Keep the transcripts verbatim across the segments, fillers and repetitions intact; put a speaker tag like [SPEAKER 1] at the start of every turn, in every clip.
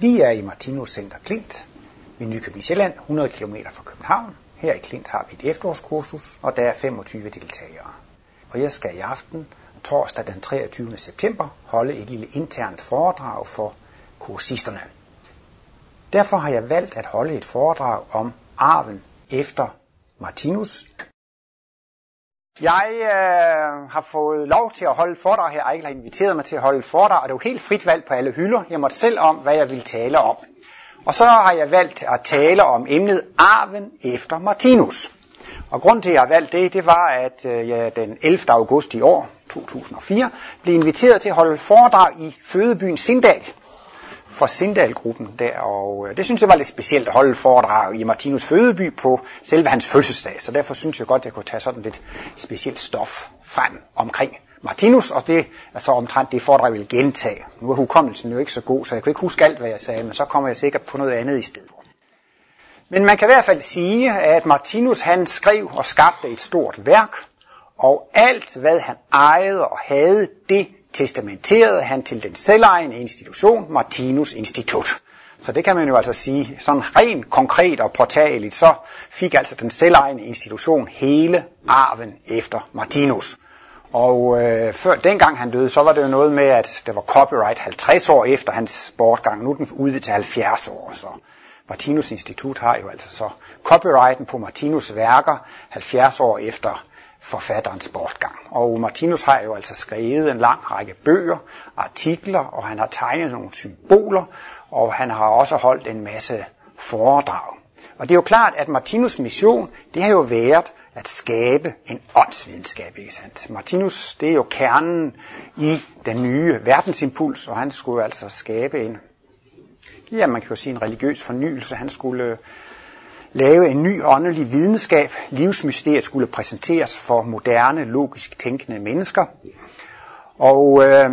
[SPEAKER 1] Vi er i Martinus Center Klint ved Nykøbing Sjælland, hundrede kilometer fra København. Her i Klint har vi et efterårskursus, og der er femogtyve deltagere. Og jeg skal i aften, torsdag den treogtyvende september, holde et lille internt foredrag for kursisterne. Derfor har jeg valgt at holde et foredrag om arven efter Martinus. Jeg øh, har fået lov til at holde et foredrag her. Ejkel har inviteret mig til at holde et foredrag, og det er jo helt frit valgt på alle hylder. Jeg måtte selv om, hvad jeg ville tale om. Og så har jeg valgt at tale om emnet arven efter Martinus. Og grunden til, at jeg har valgt det, det var, at øh, jeg den ellevte august i år, to tusind og fire, blev inviteret til at holde et foredrag i fødebyen Sindal. For Sindal-gruppen der, og det synes jeg var lidt specielt at holde et foredrag i Martinus fødeby på selve hans fødselsdag, så derfor synes jeg godt, at jeg kunne tage sådan lidt specielt stof frem omkring Martinus, og det er så omtrent det foredrag, jeg vil gentage. Nu er hukommelsen jo ikke så god, så jeg kan ikke huske alt, hvad jeg sagde, men så kommer jeg sikkert på noget andet i stedet. Men man kan i hvert fald sige, at Martinus han skrev og skabte et stort værk, og alt hvad han ejede og havde, det testamenterede han til den selvejende institution, Martinus Institut. Så det kan man jo altså sige, sådan rent konkret og påtageligt, så fik altså den selvejende institution hele arven efter Martinus. Og øh, før dengang han døde, så var det jo noget med, at der var copyright halvtreds år efter hans bortgang. Nu er den udvidet til halvfjerds år, så Martinus Institut har jo altså så copyrighten på Martinus værker halvfjerds år efter forfatterens bortgang. Og Martinus har jo altså skrevet en lang række bøger, artikler, og han har tegnet nogle symboler, og han har også holdt en masse foredrag. Og det er jo klart, at Martinus' mission, det har jo været at skabe en åndsvidenskab, ikke sandt? Martinus, det er jo kernen i den nye verdensimpuls, og han skulle jo altså skabe en, ja, man kan jo sige en religiøs fornyelse. Han skulle lave en ny åndelig videnskab. Livsmysteriet skulle præsenteres for moderne, logisk tænkende mennesker. Og øh,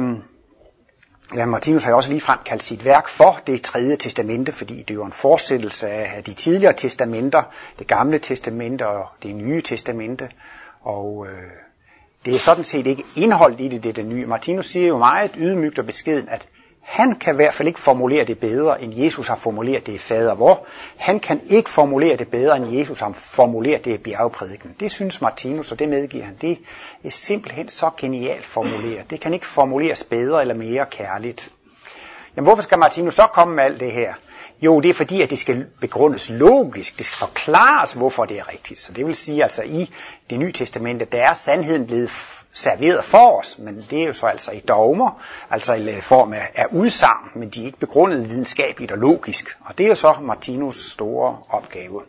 [SPEAKER 1] ja, Martinus har jo også ligefrem kaldt sit værk for det tredje testamente, fordi det er jo en fortsættelse af de tidligere testamenter, det gamle testamente og det nye testamente. Og øh, det er sådan set ikke indholdet i det, det er det nye. Martinus siger jo meget ydmygt og beskeden, at han kan i hvert fald ikke formulere det bedre, end Jesus har formuleret det i fader vor. Han kan ikke formulere det bedre, end Jesus har formuleret det i bjergeprædiken. Det synes Martinus, og det medgiver han. Det er simpelthen så genialt formuleret. Det kan ikke formuleres bedre eller mere kærligt. Jamen hvorfor skal Martinus så komme med alt det her? Jo, det er fordi, at det skal begrundes logisk. Det skal forklares, hvorfor det er rigtigt. Så det vil sige, altså i det nye testamente, der er sandheden blevet serveret for os, men det er jo så altså i dogmer, altså i form af, af udsagn, men de er ikke begrundet videnskabeligt og logisk. Og det er jo så Martinus' store opgave.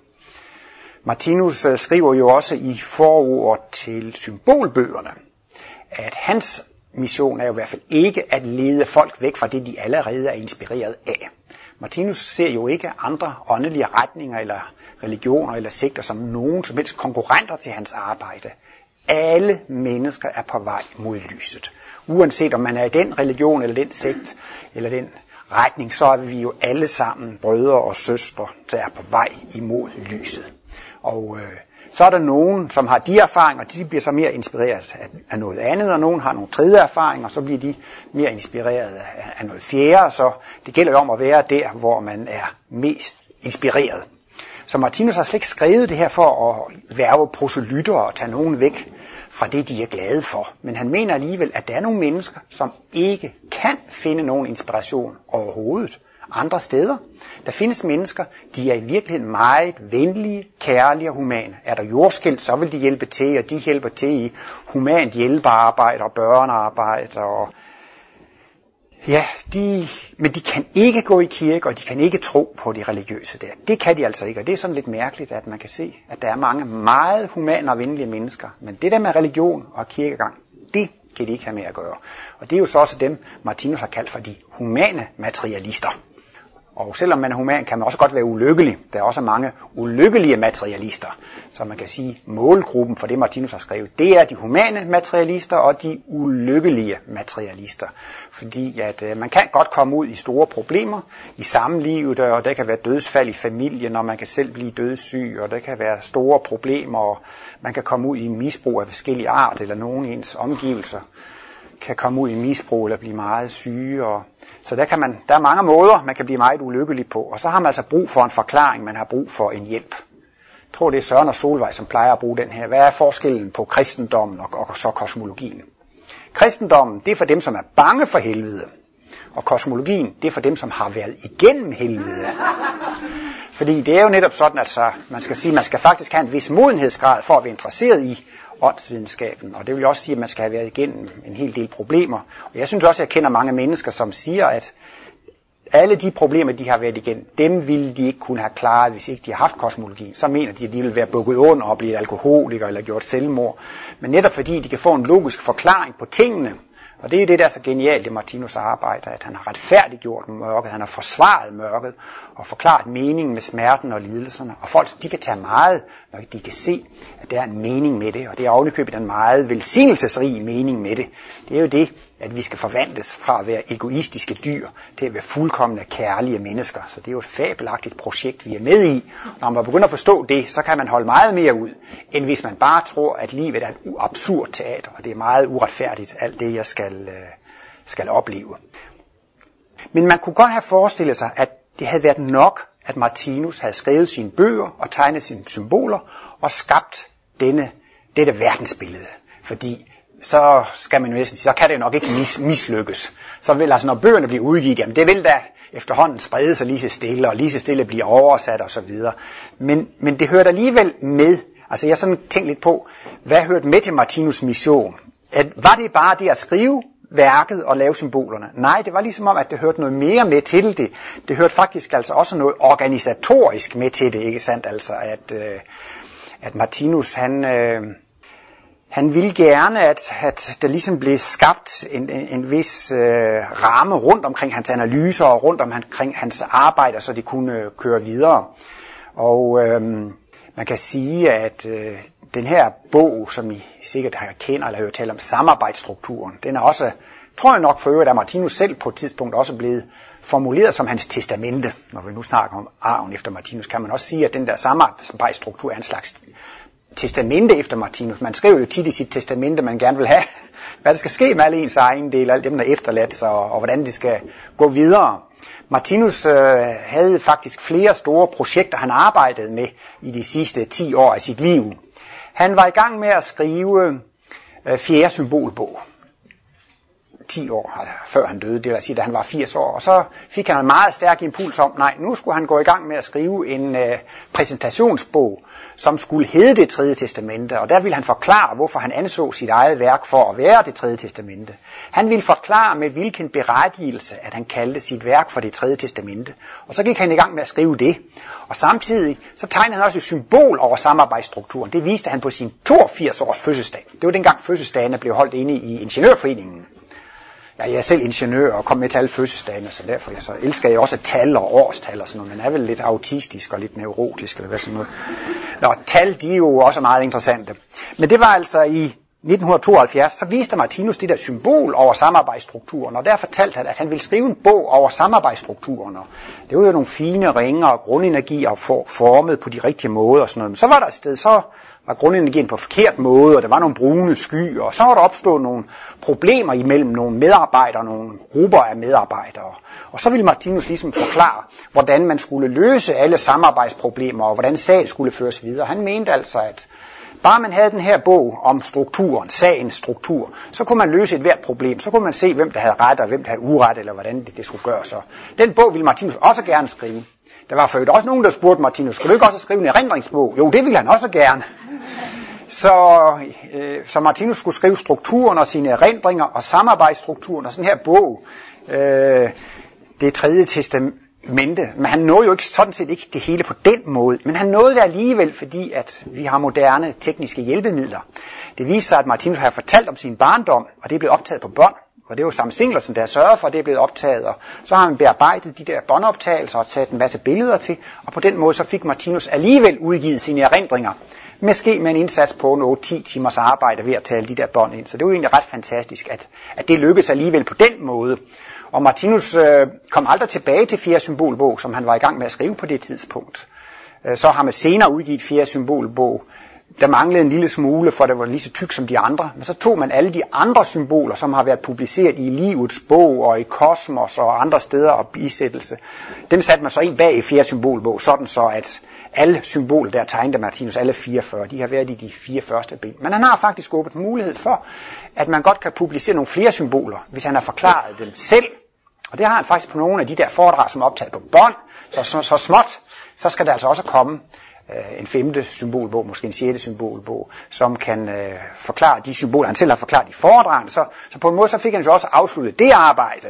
[SPEAKER 1] Martinus skriver jo også i forord til symbolbøgerne, at hans mission er jo i hvert fald ikke at lede folk væk fra det, de allerede er inspireret af. Martinus ser jo ikke andre åndelige retninger eller religioner eller sekter som nogen som helst konkurrenter til hans arbejde. Alle mennesker er på vej mod lyset. Uanset om man er i den religion eller den sekt eller den retning, så er vi jo alle sammen brødre og søstre, der er på vej imod lyset. Og øh, så er der nogen, som har de erfaringer, de bliver så mere inspireret af noget andet, og nogen har nogle tredje erfaringer, og så bliver de mere inspireret af noget fjerde. Så det gælder jo om at være der, hvor man er mest inspireret. Så Martinus har slet ikke skrevet det her for at hverve proselytter og tage nogen væk fra det, de er glade for. Men han mener alligevel, at der er nogle mennesker, som ikke kan finde nogen inspiration overhovedet andre steder. Der findes mennesker, de er i virkeligheden meget venlige, kærlige og humane. Er der jordskælv, så vil de hjælpe til, og de hjælper til i humant hjælpearbejde og børnearbejde. Og ja, de, men de kan ikke gå i kirke, og de kan ikke tro på de religiøse der. Det kan de altså ikke, og det er sådan lidt mærkeligt, at man kan se, at der er mange meget humane og venlige mennesker. Men det der med religion og kirkegang, det kan de ikke have med at gøre. Og det er jo så også dem, Martinus har kaldt for de humane materialister. Og selvom man er human, kan man også godt være ulykkelig. Der er også mange ulykkelige materialister. Så man kan sige, målgruppen for det, Martinus har skrevet, det er de humane materialister og de ulykkelige materialister. Fordi at øh, man kan godt komme ud i store problemer i samlivet, og der kan være dødsfald i familien, og man kan selv blive dødssyg, og der kan være store problemer, og man kan komme ud i misbrug af forskellige art, eller nogen ens omgivelser kan komme ud i misbrug eller blive meget syge. Og, så der, kan man, der er mange måder, man kan blive meget ulykkelig på. Og så har man altså brug for en forklaring, man har brug for en hjælp. Jeg tror, det er Søren og Solvej, som plejer at bruge den her. Hvad er forskellen på kristendommen og, og så kosmologien? Kristendommen, det er for dem, som er bange for helvede. Og kosmologien, det er for dem, som har været igennem helvede. Fordi det er jo netop sådan, at så, man skal sige, man skal faktisk have en vis modenhedsgrad for at være interesseret i åndsvidenskaben. Og det vil jo også sige, at man skal have været igennem en hel del problemer. Og jeg synes også, at jeg kender mange mennesker, som siger, at alle de problemer, de har været igennem, dem ville de ikke kunne have klaret, hvis ikke de har haft kosmologi. Så mener de, at de ville være bukket under og blive alkoholiker eller gjort selvmord. Men netop fordi de kan få en logisk forklaring på tingene, og det er det, der er så genialt i Martinus' arbejde, at han har retfærdiggjort mørket, han har forsvaret mørket og forklaret meningen med smerten og lidelserne. Og folk, de kan tage meget, når de kan se, at der er en mening med det, og det er ovenikøbet en meget velsignelsesrig mening med det. Det er jo det, at vi skal forvandles fra at være egoistiske dyr til at være fuldkomne kærlige mennesker. Så det er jo et fabelagtigt projekt, vi er med i. Når man begynder at forstå det, så kan man holde meget mere ud, end hvis man bare tror, at livet er et absurd teater, og det er meget uretfærdigt, alt det, jeg skal, skal opleve. Men man kunne godt have forestillet sig, at det havde været nok, at Martinus havde skrevet sine bøger og tegnet sine symboler og skabt denne, dette verdensbillede. Fordi så skal man jo næsten sige, så kan det nok ikke mis, mislykkes. Så vil altså, når bøgerne bliver udgivet, jamen det vil da efterhånden sprede sig lige så stille, og lige så stille blive oversat og så videre. Men, men det hørte alligevel med. Altså jeg sådan tænkte lidt på, hvad hørte med til Martinus' mission? At, var det bare det at skrive værket og lave symbolerne? Nej, det var ligesom om, at det hørte noget mere med til det. Det hørte faktisk altså også noget organisatorisk med til det, ikke sandt? Altså at, øh, at Martinus, han... Øh, Han ville gerne, at, at der ligesom blev skabt en, en, en vis øh, ramme rundt omkring hans analyser og rundt omkring hans arbejder, så de kunne køre videre. Og øh, man kan sige, at øh, den her bog, som I sikkert har kender eller hørt tale om, samarbejdsstrukturen, den er også, tror jeg nok for øvrigt, at Martinus selv på et tidspunkt også blevet formuleret som hans testamente. Når vi nu snakker om arven efter Martinus, kan man også sige, at den der samarbejdsstruktur er en slags testamente efter Martinus. Man skriver jo tit i sit testamente, man gerne vil have, hvad der skal ske med alle ens egen del, alle dem, der er efterladt, og, og hvordan det skal gå videre. Martinus øh, havde faktisk flere store projekter, han arbejdede med i de sidste ti år af sit liv. Han var i gang med at skrive øh, fjerde symbolbog. ti år før han døde, det vil sige, da han var firs år. Og så fik han en meget stærk impuls om, nej, nu skulle han gå i gang med at skrive en øh, præsentationsbog, som skulle hedde Det Tredje Testamente. Og der ville han forklare, hvorfor han anså sit eget værk for at være Det Tredje Testamente. Han ville forklare, med hvilken berettigelse, at han kaldte sit værk for Det Tredje Testamente. Og så gik han i gang med at skrive det. Og samtidig så tegnede han også et symbol over samarbejdsstrukturen. Det viste han på sin toogfirs års fødselsdag. Det var dengang fødselsdagene blev holdt inde i Ingeniørforeningen. Ja, jeg er selv ingeniør og kom med til alle fødselsdagene, så derfor jeg så elsker jeg også tal og årstal og sådan noget. Man er vel lidt autistisk og lidt neurotisk eller hvad sådan noget. Nå, tal, de er jo også meget interessante. Men det var altså i nitten tooghalvfjerds, så viste Martinus det der symbol over samarbejdsstrukturen, og der fortalte han, at han ville skrive en bog over samarbejdsstrukturen. Det var jo nogle fine ringer og grundenergier for, formet på de rigtige måder og sådan noget. Men så var der et sted, så var grundenergien på forkert måde, og der var nogle brune skyer, og så var der opstået nogle problemer imellem nogle medarbejdere, nogle grupper af medarbejdere. Og så ville Martinus ligesom forklare, hvordan man skulle løse alle samarbejdsproblemer, og hvordan sagen skulle føres videre. Han mente altså, at bare man havde den her bog om strukturen, sagens struktur, så kunne man løse et hvert problem. Så kunne man se, hvem der havde ret og hvem der havde uret, eller hvordan det, det skulle gøres. Så den bog ville Martinus også gerne skrive. Der var for øvrigt også nogen, der spurgte Martinus, skulle du ikke også skrive en erindringsbog? Jo, det ville han også gerne. Så, øh, så Martinus skulle skrive strukturen og sine erindringer og samarbejdsstrukturen og sådan her bog, øh, Det Tredje Testamente. Men han nåede jo ikke sådan set ikke det hele på den måde, men han nåede det alligevel, fordi at vi har moderne tekniske hjælpemidler. Det viser sig, at Martinus har fortalt om sin barndom, og det er blevet optaget på bånd. Og det er jo Sam Singlersen, der har sørget for, at det er blevet optaget. Og så har man bearbejdet de der båndoptagelser og taget en masse billeder til. Og på den måde så fik Martinus alligevel udgivet sine erindringer. Måske med en indsats på nogle ti timers arbejde ved at tale de der bånd ind. Så det er jo egentlig ret fantastisk, at, at det lykkedes alligevel på den måde. Og Martinus øh, kom aldrig tilbage til fjerde symbolbog, som han var i gang med at skrive på det tidspunkt. Øh, så har man senere udgivet fjerde symbolbog. der manglede en lille smule, for det var lige så tyk som de andre. Men så tog man alle de andre symboler, som har været publiceret i Livets Bog og i Kosmos og andre steder og bisættelse. Dem satte man så ind bag i fjerde symbolbog, sådan så at alle symboler, der tegnede Martinus, alle fireogfyrre, de har været i de fire første bind. Men han har faktisk åbnet mulighed for, at man godt kan publicere nogle flere symboler, hvis han har forklaret dem selv. Og det har han faktisk på nogle af de der foredrag, som er optaget på bånd, så, så, så småt, så skal der altså også komme øh, en femte symbolbog, måske en sjette symbolbog, som kan øh, forklare de symboler, han selv har forklaret i foredragene. Så, så på en måde så fik han jo også afsluttet det arbejde.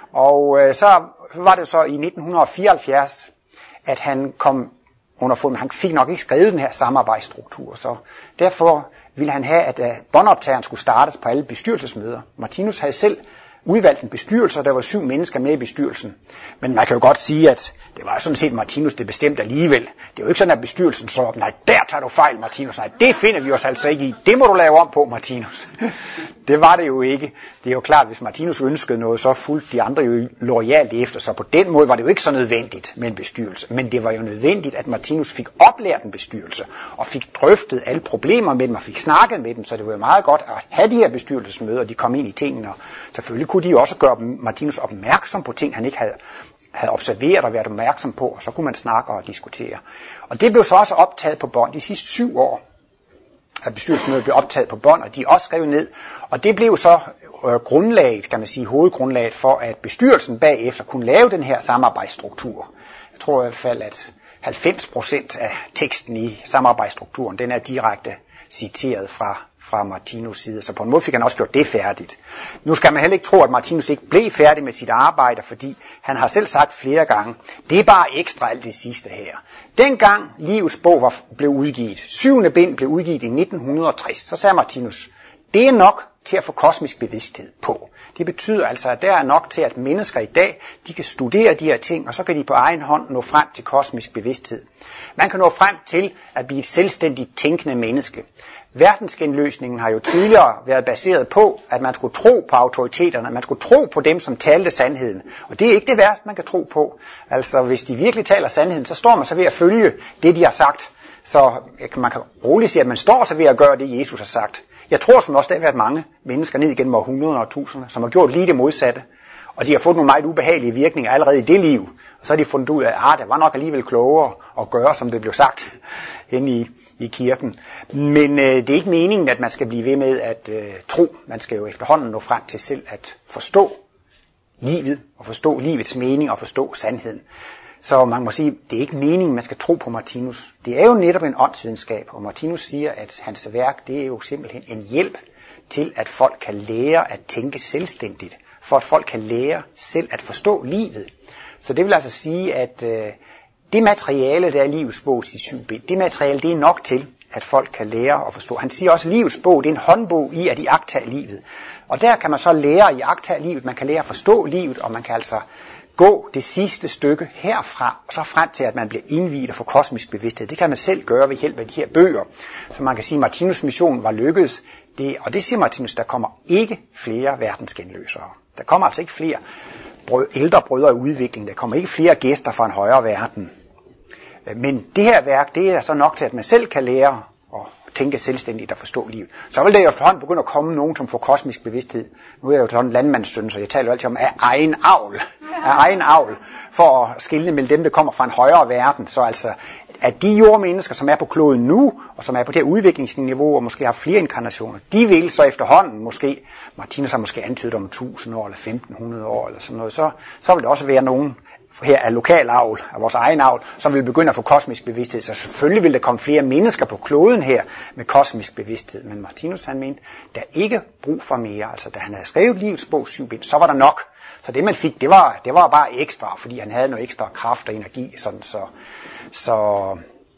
[SPEAKER 1] Og øh, så var det så i nitten fireoghalvfjerds, at han kom underfund, men han fik nok ikke skrevet den her samarbejdsstruktur, så derfor ville han have, at uh, båndoptageren skulle startes på alle bestyrelsesmøder. Martinus havde selv udvalgt en bestyrelse, og der var syv mennesker med i bestyrelsen. Men man kan jo godt sige, at det var sådan set Martinus, det bestemte alligevel. Det er jo ikke sådan, at bestyrelsen så op, nej, der tager du fejl, Martinus, nej, det finder vi os altså ikke i, det må du lave om på, Martinus. Det var det jo ikke. Det er jo klart, hvis Martinus ønskede noget, så fulgte de andre jo loyalt efter, så på den måde var det jo ikke så nødvendigt med en bestyrelse. Men det var jo nødvendigt, at Martinus fik oplært en bestyrelse, og fik drøftet alle problemer med dem, og fik snakket med dem, så det var jo meget godt at have de her bestyrelsesmøder, de kom ind i tingene, og selvfølgelig kunne de jo også gøre Martinus opmærksom på ting, han ikke havde, havde observeret og været opmærksom på, og så kunne man snakke og diskutere. Og det blev så også optaget på bånd de sidste syv år, at bestyrelsesmødet blev optaget på bånd, og de er også skrevet ned. Og det blev så øh, grundlaget, kan man sige, hovedgrundlaget for, at bestyrelsen bagefter kunne lave den her samarbejdsstruktur. Jeg tror i hvert fald, at halvfems procent af teksten i samarbejdsstrukturen, den er direkte citeret fra fra Martinus' side, så på en måde fik han også gjort det færdigt. Nu skal man heller ikke tro, at Martinus ikke blev færdig med sit arbejde, fordi han har selv sagt flere gange, det er bare ekstra alt det sidste her. Dengang Livets Bog var, blev udgivet, syvende bind blev udgivet i nitten tres, så sagde Martinus, det er nok til at få kosmisk bevidsthed på. Det betyder altså, at der er nok til, at mennesker i dag, de kan studere de her ting, og så kan de på egen hånd nå frem til kosmisk bevidsthed. Man kan nå frem til at blive et selvstændigt tænkende menneske. Verdensgenløsningen har jo tidligere været baseret på, at man skulle tro på autoriteterne, man skulle tro på dem, som talte sandheden. Og det er ikke det værste, man kan tro på. Altså, hvis de virkelig taler sandheden, så står man så ved at følge det, de har sagt. Så man kan roligt sige, at man står så ved at gøre det, Jesus har sagt. Jeg tror som også, der har været mange mennesker ned igennem århundreder og tusinder, som har gjort lige det modsatte. Og de har fået nogle meget ubehagelige virkninger allerede i det liv. Og så har de fundet ud af, at ah, det var nok alligevel klogere at gøre, som det blev sagt hen i, i kirken. Men øh, det er ikke meningen, at man skal blive ved med at øh, tro. Man skal jo efterhånden nå frem til selv at forstå livet, og forstå livets mening og forstå sandheden. Så man må sige, det er ikke meningen, man skal tro på Martinus. Det er jo netop en åndsvidenskab, og Martinus siger, at hans værk, det er jo simpelthen en hjælp til, at folk kan lære at tænke selvstændigt, for at folk kan lære selv at forstå livet. Så det vil altså sige, at øh, det materiale, der er i Livets Bog i syv bind, det materiale, det er nok til, at folk kan lære at forstå. Han siger også, at Livets Bog, det er en håndbog i at iagttage livet. Og der kan man så lære at iagttage livet, man kan lære at forstå livet, og man kan altså gå det sidste stykke herfra, og så frem til, at man bliver indviet og får kosmisk bevidsthed. Det kan man selv gøre ved hjælp af de her bøger. Så man kan sige, at Martinus' mission var lykkedes. Det, og det siger Martinus, der kommer ikke flere verdensgenløsere. Der kommer altså ikke flere brød, ældre brødre i udvikling. Der kommer ikke flere gæster fra en højere verden. Men det her værk, det er så nok til, at man selv kan lære at tænke selvstændigt og forstå livet. Så vil det jo efterhånden begynde at komme nogen, som får kosmisk bevidsthed. Nu er jeg jo sådan en landmandssøn, så jeg taler jo altid om af egen avl. Af egen avl, for at skille mellem dem, der kommer fra en højere verden. Så altså, at de jordmennesker, som er på kloden nu, og som er på det her udviklingsniveau, og måske har flere inkarnationer, de vil så efterhånden måske, Martinus har måske antydet om tusind år, eller femten hundrede år, eller sådan noget, så, så vil det også være nogen her af lokal avl, af vores egen avl, som vil begynde at få kosmisk bevidsthed. Så selvfølgelig vil der komme flere mennesker på kloden her med kosmisk bevidsthed. Men Martinus, han mente, der er ikke brug for mere. Altså, da han havde skrevet Livets Bog syv bind, så var der nok. Så det man fik, det var, det var bare ekstra, fordi han havde noget ekstra kraft og energi. Sådan, så, så,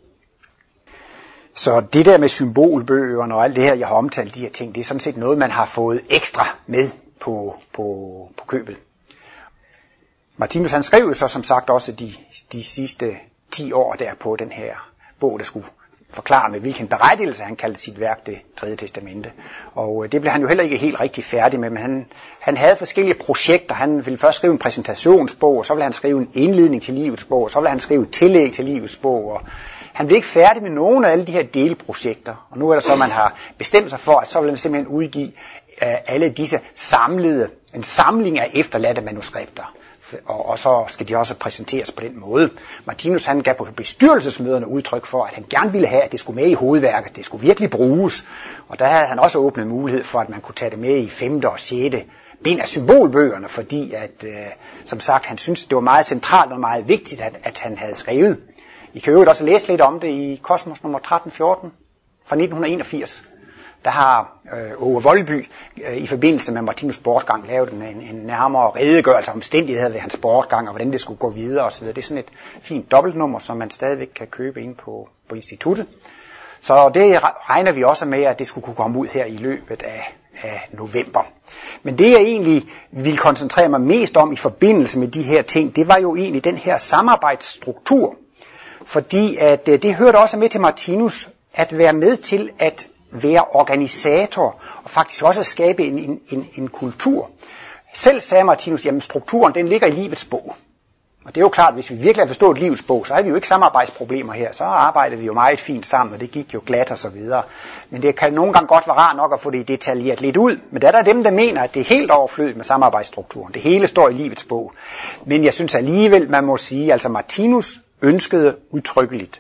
[SPEAKER 1] så det der med symbolbøgerne og alt det her, jeg har omtalt de her ting, det er sådan set noget, man har fået ekstra med på, på, på købet. Martinus, han skrev jo så som sagt også de, de sidste ti år der på den her bog, der skulle forklare med hvilken berettigelse han kaldte sit værk Det tredje testamente. Og det blev han jo heller ikke helt rigtig færdig med, men han, han havde forskellige projekter. Han ville først skrive en præsentationsbog, og så ville han skrive en indledning til Livets Bog, og så ville han skrive et tillæg til Livets Bog, og han blev ikke færdig med nogen af alle de her delprojekter. Og nu er det så, at man har bestemt sig for, at så vil han simpelthen udgive øh, alle disse samlede, en samling af efterladte manuskripter. Og, og så skal de også præsenteres på den måde. Martinus han gav på bestyrelsesmøderne udtryk for, at han gerne ville have, at det skulle med i hovedværket. Det skulle virkelig bruges. Og der havde han også åbnet mulighed for, at man kunne tage det med i femte og sjette bind af symbolbøgerne, fordi at, øh, som sagt, han syntes, det var meget centralt og meget vigtigt, at, at han havde skrevet. I kan jo også læse lidt om det i Kosmos nummer tretten fjorten fra nitten enogfirs. Der har øh, Åge Voldby øh, i forbindelse med Martinus' bortgang lavet en, en nærmere redegørelse om omstændigheder ved hans bortgang, og hvordan det skulle gå videre osv. Det er sådan et fint dobbeltnummer, som man stadigvæk kan købe ind på, på instituttet. Så det regner vi også med, at det skulle kunne komme ud her i løbet af, af november. Men det jeg egentlig ville koncentrere mig mest om i forbindelse med de her ting, det var jo egentlig den her samarbejdsstruktur. Fordi at det hørte også med til Martinus at være med til at være organisator og faktisk også at skabe en, en, en, en kultur. Selv sagde Martinus, jamen strukturen den ligger i livets bog. Og det er jo klart, at hvis vi virkelig har forstået livets bog, så har vi jo ikke samarbejdsproblemer her. Så arbejder vi jo meget fint sammen, og det gik jo glat og så videre. Men det kan nogle gange godt være rart nok at få det detaljeret lidt ud. Men der er der dem, der mener, at det er helt overflødigt med samarbejdsstrukturen. Det hele står i livets bog. Men jeg synes alligevel, man må sige, altså Martinus ønskede udtrykkeligt,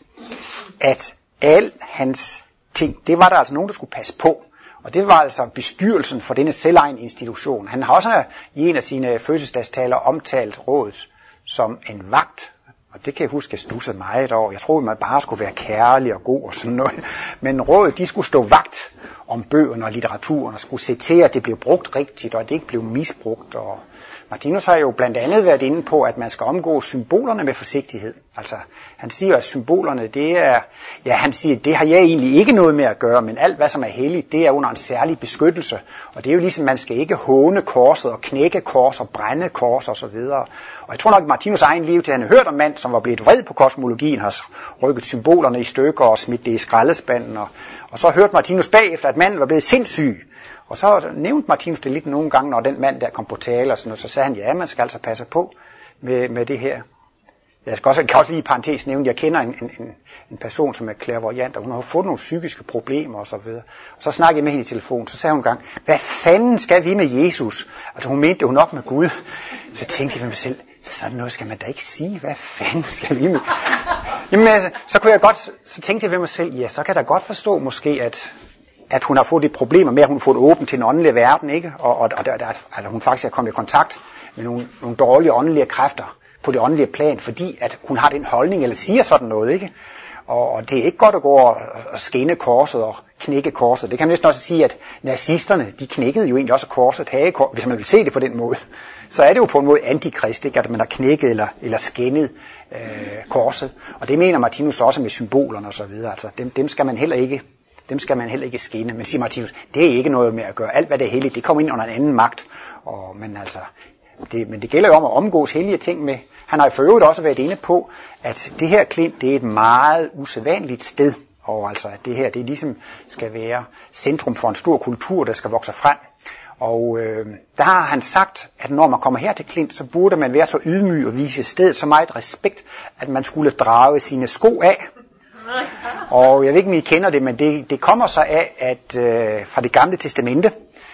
[SPEAKER 1] at al hans ting, det var der altså nogen, der skulle passe på. Og det var altså bestyrelsen for denne selvejende institution. Han har også i en af sine fødselsdagstaler omtalt rådet som en vagt. Og det kan jeg huske, jeg stussede meget over. Jeg troede, man bare skulle være kærlig og god og sådan noget. Men rådet, de skulle stå vagt om bøgerne og litteraturen og skulle se til, at det blev brugt rigtigt, og at det ikke blev misbrugt. Og Martinus har jo blandt andet været inde på, at man skal omgå symbolerne med forsigtighed. Altså, han siger, at symbolerne, det er, ja, han siger, det har jeg egentlig ikke noget med at gøre, men alt, hvad som er helligt, det er under en særlig beskyttelse. Og det er jo ligesom, man skal ikke håne korset og knække kors og brænde kors og så videre. Og jeg tror nok, at Martinus egen liv til, han har hørt om mand, som var blevet vred på kosmologien, har rykket symbolerne i stykker og smidt det i skraldespanden. Og, og så hørte Martinus bagefter, at manden var blevet sindssyg. Og så nævnte Martinus det lidt nogle gange, når den mand der kom på tale, og sådan noget, så sagde han, ja, man skal altså passe på med, med det her. Jeg skal også, jeg kan også lige i parentes nævne, jeg kender en, en, en person, som er clairvoyant, og hun har fået nogle psykiske problemer og så videre. Og så snakkede jeg med hende i telefon, så sagde hun en gang, hvad fanden skal vi med Jesus? Altså hun mente det jo nok med Gud. Så tænkte jeg ved mig selv, sådan noget skal man da ikke sige, hvad fanden skal vi med? Jamen altså, så kunne jeg godt, så tænkte jeg ved mig selv, ja, så kan jeg da godt forstå måske, at at hun har fået de problemer med, at hun har fået åbent til den åndelige verden, ikke? Og, og, og der, der, altså hun faktisk er kommet i kontakt med nogle, nogle dårlige åndelige kræfter på det åndelige plan, fordi at hun har den holdning, eller siger sådan noget, ikke? Og, og det er ikke godt at gå og, og skænde korset og knække korset. Det kan man næsten også sige, at nazisterne, de knækkede jo egentlig også korset, hagekors, hvis man vil se det på den måde. Så er det jo på en måde antikrist, ikke? At man har knækket eller, eller skændet øh, korset. Og det mener Martinus også med symbolerne og så videre. Altså dem, dem skal man heller ikke Dem skal man heller ikke skænde. Men siger Martinus, det er ikke noget med at gøre. Alt hvad det er helligt, det kommer ind under en anden magt. Og, men, altså, det, men det gælder jo om at omgås hellige ting med. Han har i for øvrigt også været inde på, at det her klint, det er et meget usædvanligt sted. Og altså, at det her, det ligesom skal være centrum for en stor kultur, der skal vokse frem. Og øh, der har han sagt, at når man kommer her til Klint, så burde man være så ydmyg og vise stedet så meget respekt, at man skulle drage sine sko af. Og jeg ved ikke, om I kender det, men det, det kommer så af, at øh, fra det gamle testamente,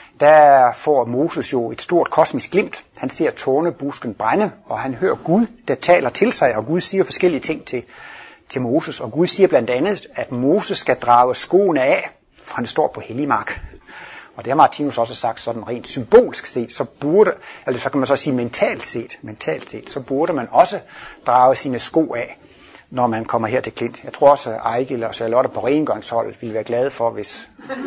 [SPEAKER 1] der får Moses jo et stort kosmisk glimt. Han ser tårnebusken brænde, og han hører Gud, der taler til sig, og Gud siger forskellige ting til, til Moses. Og Gud siger blandt andet, at Moses skal drage skoene af, for han står på hellig mark. Og det har Martinus også sagt sådan rent symbolsk set, så burde, eller så kan man så sige mentalt set, mentalt set, så burde man også drage sine sko af, når man kommer her til Klint. Jeg tror også, at Ejgil og Charlotte på rengøringsholdet ville være glade for, hvis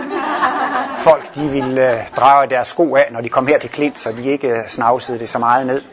[SPEAKER 1] folk de ville uh, drage deres sko af, når de kom her til Klint, så de ikke uh, snavsede det så meget ned.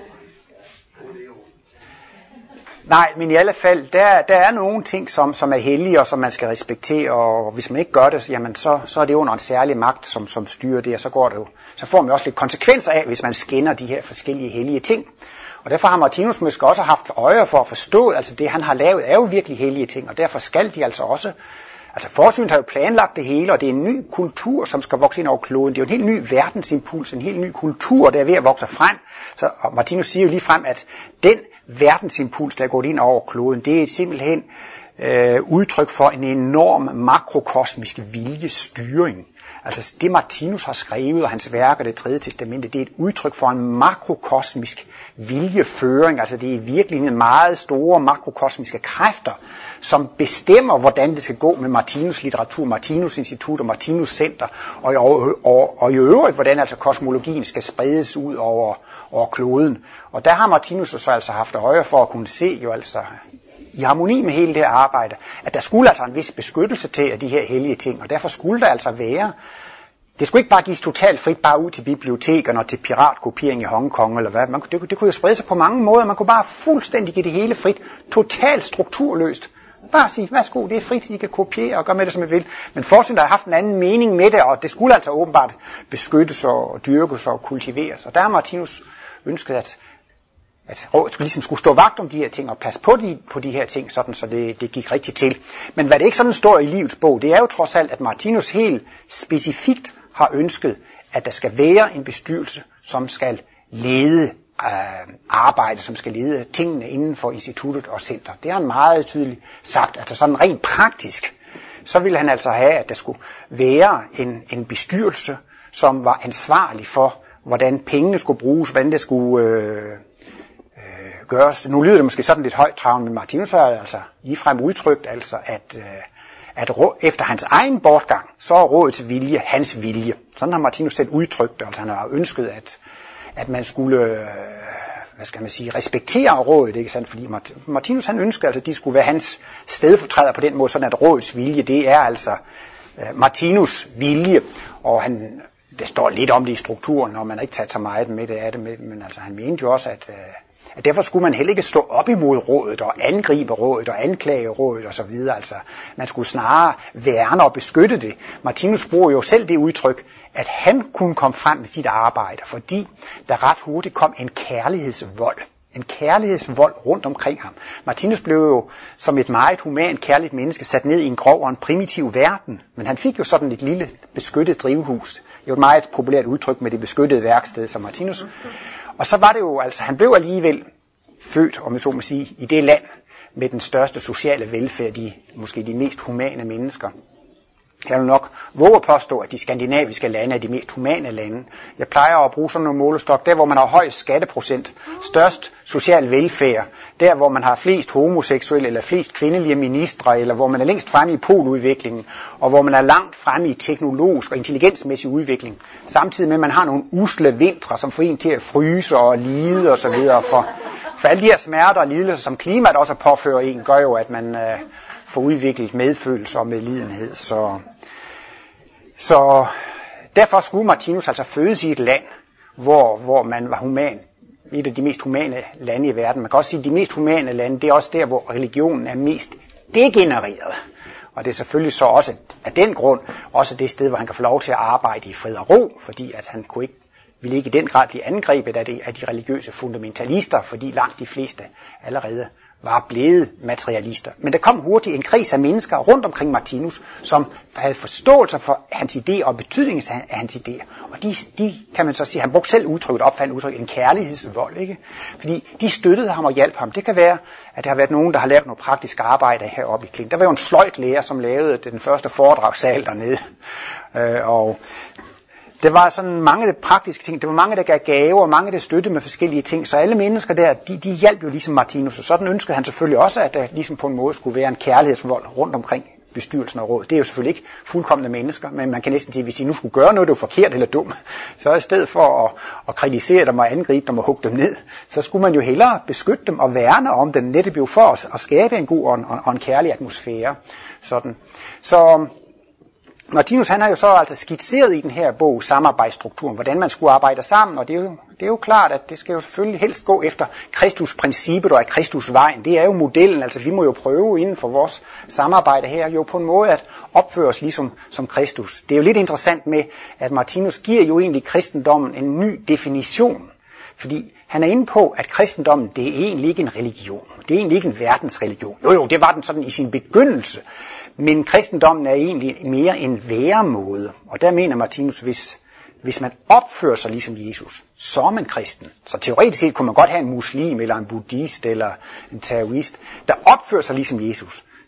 [SPEAKER 1] Nej, men i alle fald, der, der er nogle ting, som, som er hellige og som man skal respektere, og hvis man ikke gør det, jamen så, så er det under en særlig magt, som, som styrer det, og så går det jo. Så får man også lidt konsekvenser af, hvis man skinner de her forskellige hellige ting. Og derfor har Martinus måske også haft øje for at forstå, altså det han har lavet er jo virkelig hellige ting, og derfor skal de altså også, altså forsynet har jo planlagt det hele, og det er en ny kultur, som skal vokse ind over kloden. Det er jo en helt ny verdensimpuls, en helt ny kultur, der er ved at vokse frem. Så og Martinus siger jo lige frem, at den verdensimpuls, der er gået ind over kloden, det er simpelthen øh, udtryk for en enorm makrokosmisk viljestyring. Altså det Martinus har skrevet, og hans værker, det tredje testamente, det er et udtryk for en makrokosmisk viljeføring. Altså det er virkelig en meget store makrokosmiske kræfter, som bestemmer, hvordan det skal gå med Martinus litteratur, Martinus institut og Martinus center, og, og, og, og i øvrigt, hvordan altså kosmologien skal spredes ud over, over kloden. Og der har Martinus så altså haft øje for at kunne se jo altså i harmoni med hele det her arbejde, at der skulle altså en vis beskyttelse til af de her hellige ting, og derfor skulle der altså være, det skulle ikke bare gives totalt frit bare ud til bibliotekerne og til piratkopiering i Hongkong, eller hvad, man, det, det kunne jo sprede sig på mange måder, man kunne bare fuldstændig give det hele frit, totalt strukturløst, bare sige, værsgo, det er frit, I kan kopiere og gøre med det, som I vil, men forskningen har haft en anden mening med det, og det skulle altså åbenbart beskyttes og dyrkes og kultiveres, og der har Martinus ønsket, at at rådet ligesom skulle stå vagt om de her ting og passe på de, på de her ting, sådan, så det, det gik rigtigt til. Men hvad det ikke sådan står i livets bog, det er jo trods alt, at Martinus helt specifikt har ønsket, at der skal være en bestyrelse, som skal lede øh, arbejde, som skal lede tingene inden for instituttet og center. Det har han meget tydeligt sagt, altså sådan rent praktisk, så ville han altså have, at der skulle være en, en bestyrelse, som var ansvarlig for, hvordan pengene skulle bruges, hvordan det skulle Øh, gøres. Nu lyder det måske sådan lidt højtravende, men Martinus har altså ligefrem udtrykt, altså at, at rå, efter hans egen bortgang, så er rådets vilje hans vilje. Sådan har Martinus selv udtrykt det, altså han har ønsket, at, at man skulle, hvad skal man sige, respektere rådet, ikke sandt? Fordi Martinus han ønskede, altså, at de skulle være hans stedfortræder på den måde, sådan at rådets vilje, det er altså Martinus vilje, og han, det står lidt om det i strukturen, og man har ikke taget så meget med det af det, men altså han mente jo også, at at derfor skulle man heller ikke stå op imod rådet og angribe rådet og anklage rådet og så videre. Altså, man skulle snarere værne og beskytte det. Martinus bruger jo selv det udtryk, at han kunne komme frem med sit arbejde, fordi der ret hurtigt kom en kærlighedsvold. En kærlighedsvold rundt omkring ham. Martinus blev jo som et meget human, kærligt menneske sat ned i en grov og en primitiv verden, men han fik jo sådan et lille beskyttet drivhus. Det er jo et meget populært udtryk med det beskyttede værksted som Martinus. Og så var det jo, altså han blev alligevel født, om jeg så må sige, i det land med den største sociale velfærd, de måske de mest humane mennesker. Jeg vil nok våge at påstå, at de skandinaviske lande er de mest humane lande. Jeg plejer at bruge sådan nogle målestok, der hvor man har højst skatteprocent, størst social velfærd, der hvor man har flest homoseksuelle eller flest kvindelige ministre, eller hvor man er længst fremme i poludviklingen, og hvor man er langt fremme i teknologisk og intelligensmæssig udvikling. Samtidig med, at man har nogle usle vintre, som får en til at fryse og lide osv. For, for alle de her smerter og lidelser, som klimaet også påfører en, gør jo, at man øh, får udviklet medfølelse og medlidenhed. Så, så derfor skulle Martinus altså fødes i et land, hvor, hvor man var human. Et af de mest humane lande i verden. Man kan også sige, at de mest humane lande, det er også der, hvor religionen er mest degenereret. Og det er selvfølgelig så også af den grund, også det sted, hvor han kan få lov til at arbejde i fred og ro, fordi at han kunne ikke, ville ikke i den grad blive angrebet af, det, af de religiøse fundamentalister, fordi langt de fleste allerede var blevet materialister. Men der kom hurtigt en kreds af mennesker rundt omkring Martinus, som havde forståelse for hans idéer og betydningen af hans idéer. Og de, de kan man så sige, han brugte selv udtrykket, opfandt udtrykket, en kærlighedsvold, ikke? Fordi de støttede ham og hjalp ham. Det kan være, at der har været nogen, der har lavet noget praktisk arbejde heroppe i Klint. Der var jo en sløjtlærer, som lavede den første foredragssal dernede. Øh, og det var sådan mange af de praktiske ting, det var mange, der gav gaver, og mange, der støttede med forskellige ting, så alle mennesker der, de, de hjalp jo ligesom Martinus, og sådan ønskede han selvfølgelig også, at der ligesom på en måde skulle være en kærlighedsvold rundt omkring bestyrelsen og rådet. Det er jo selvfølgelig ikke fuldkomne mennesker, men man kan næsten sige, hvis de nu skulle gøre noget, der var forkert eller dumt, så i stedet for at, at kritisere dem og angribe dem og hugge dem ned, så skulle man jo hellere beskytte dem og værne om dem, netop jo for at, at skabe en god og en, og en kærlig atmosfære. Sådan. Så Martinus han har jo så altså skitseret i den her bog samarbejdsstrukturen, hvordan man skulle arbejde sammen, og det er jo, det er jo klart, at det skal jo selvfølgelig helst gå efter Kristus-princippet og af Kristus-vejen. Det er jo modellen, altså vi må jo prøve inden for vores samarbejde her jo på en måde at opføre os ligesom som Kristus. Det er jo lidt interessant med, at Martinus giver jo egentlig kristendommen en ny definition, fordi han er inde på, at kristendommen det er egentlig ikke en religion, det er egentlig ikke en verdensreligion. Jo jo, det var den sådan i sin begyndelse. Men kristendommen er egentlig mere en væremåde, og der mener Martinus, hvis, hvis man opfører sig ligesom Jesus, så er man kristen. Så teoretisk set kunne man godt have en muslim, eller en buddhist, eller en taoist, der opfører sig ligesom Jesus.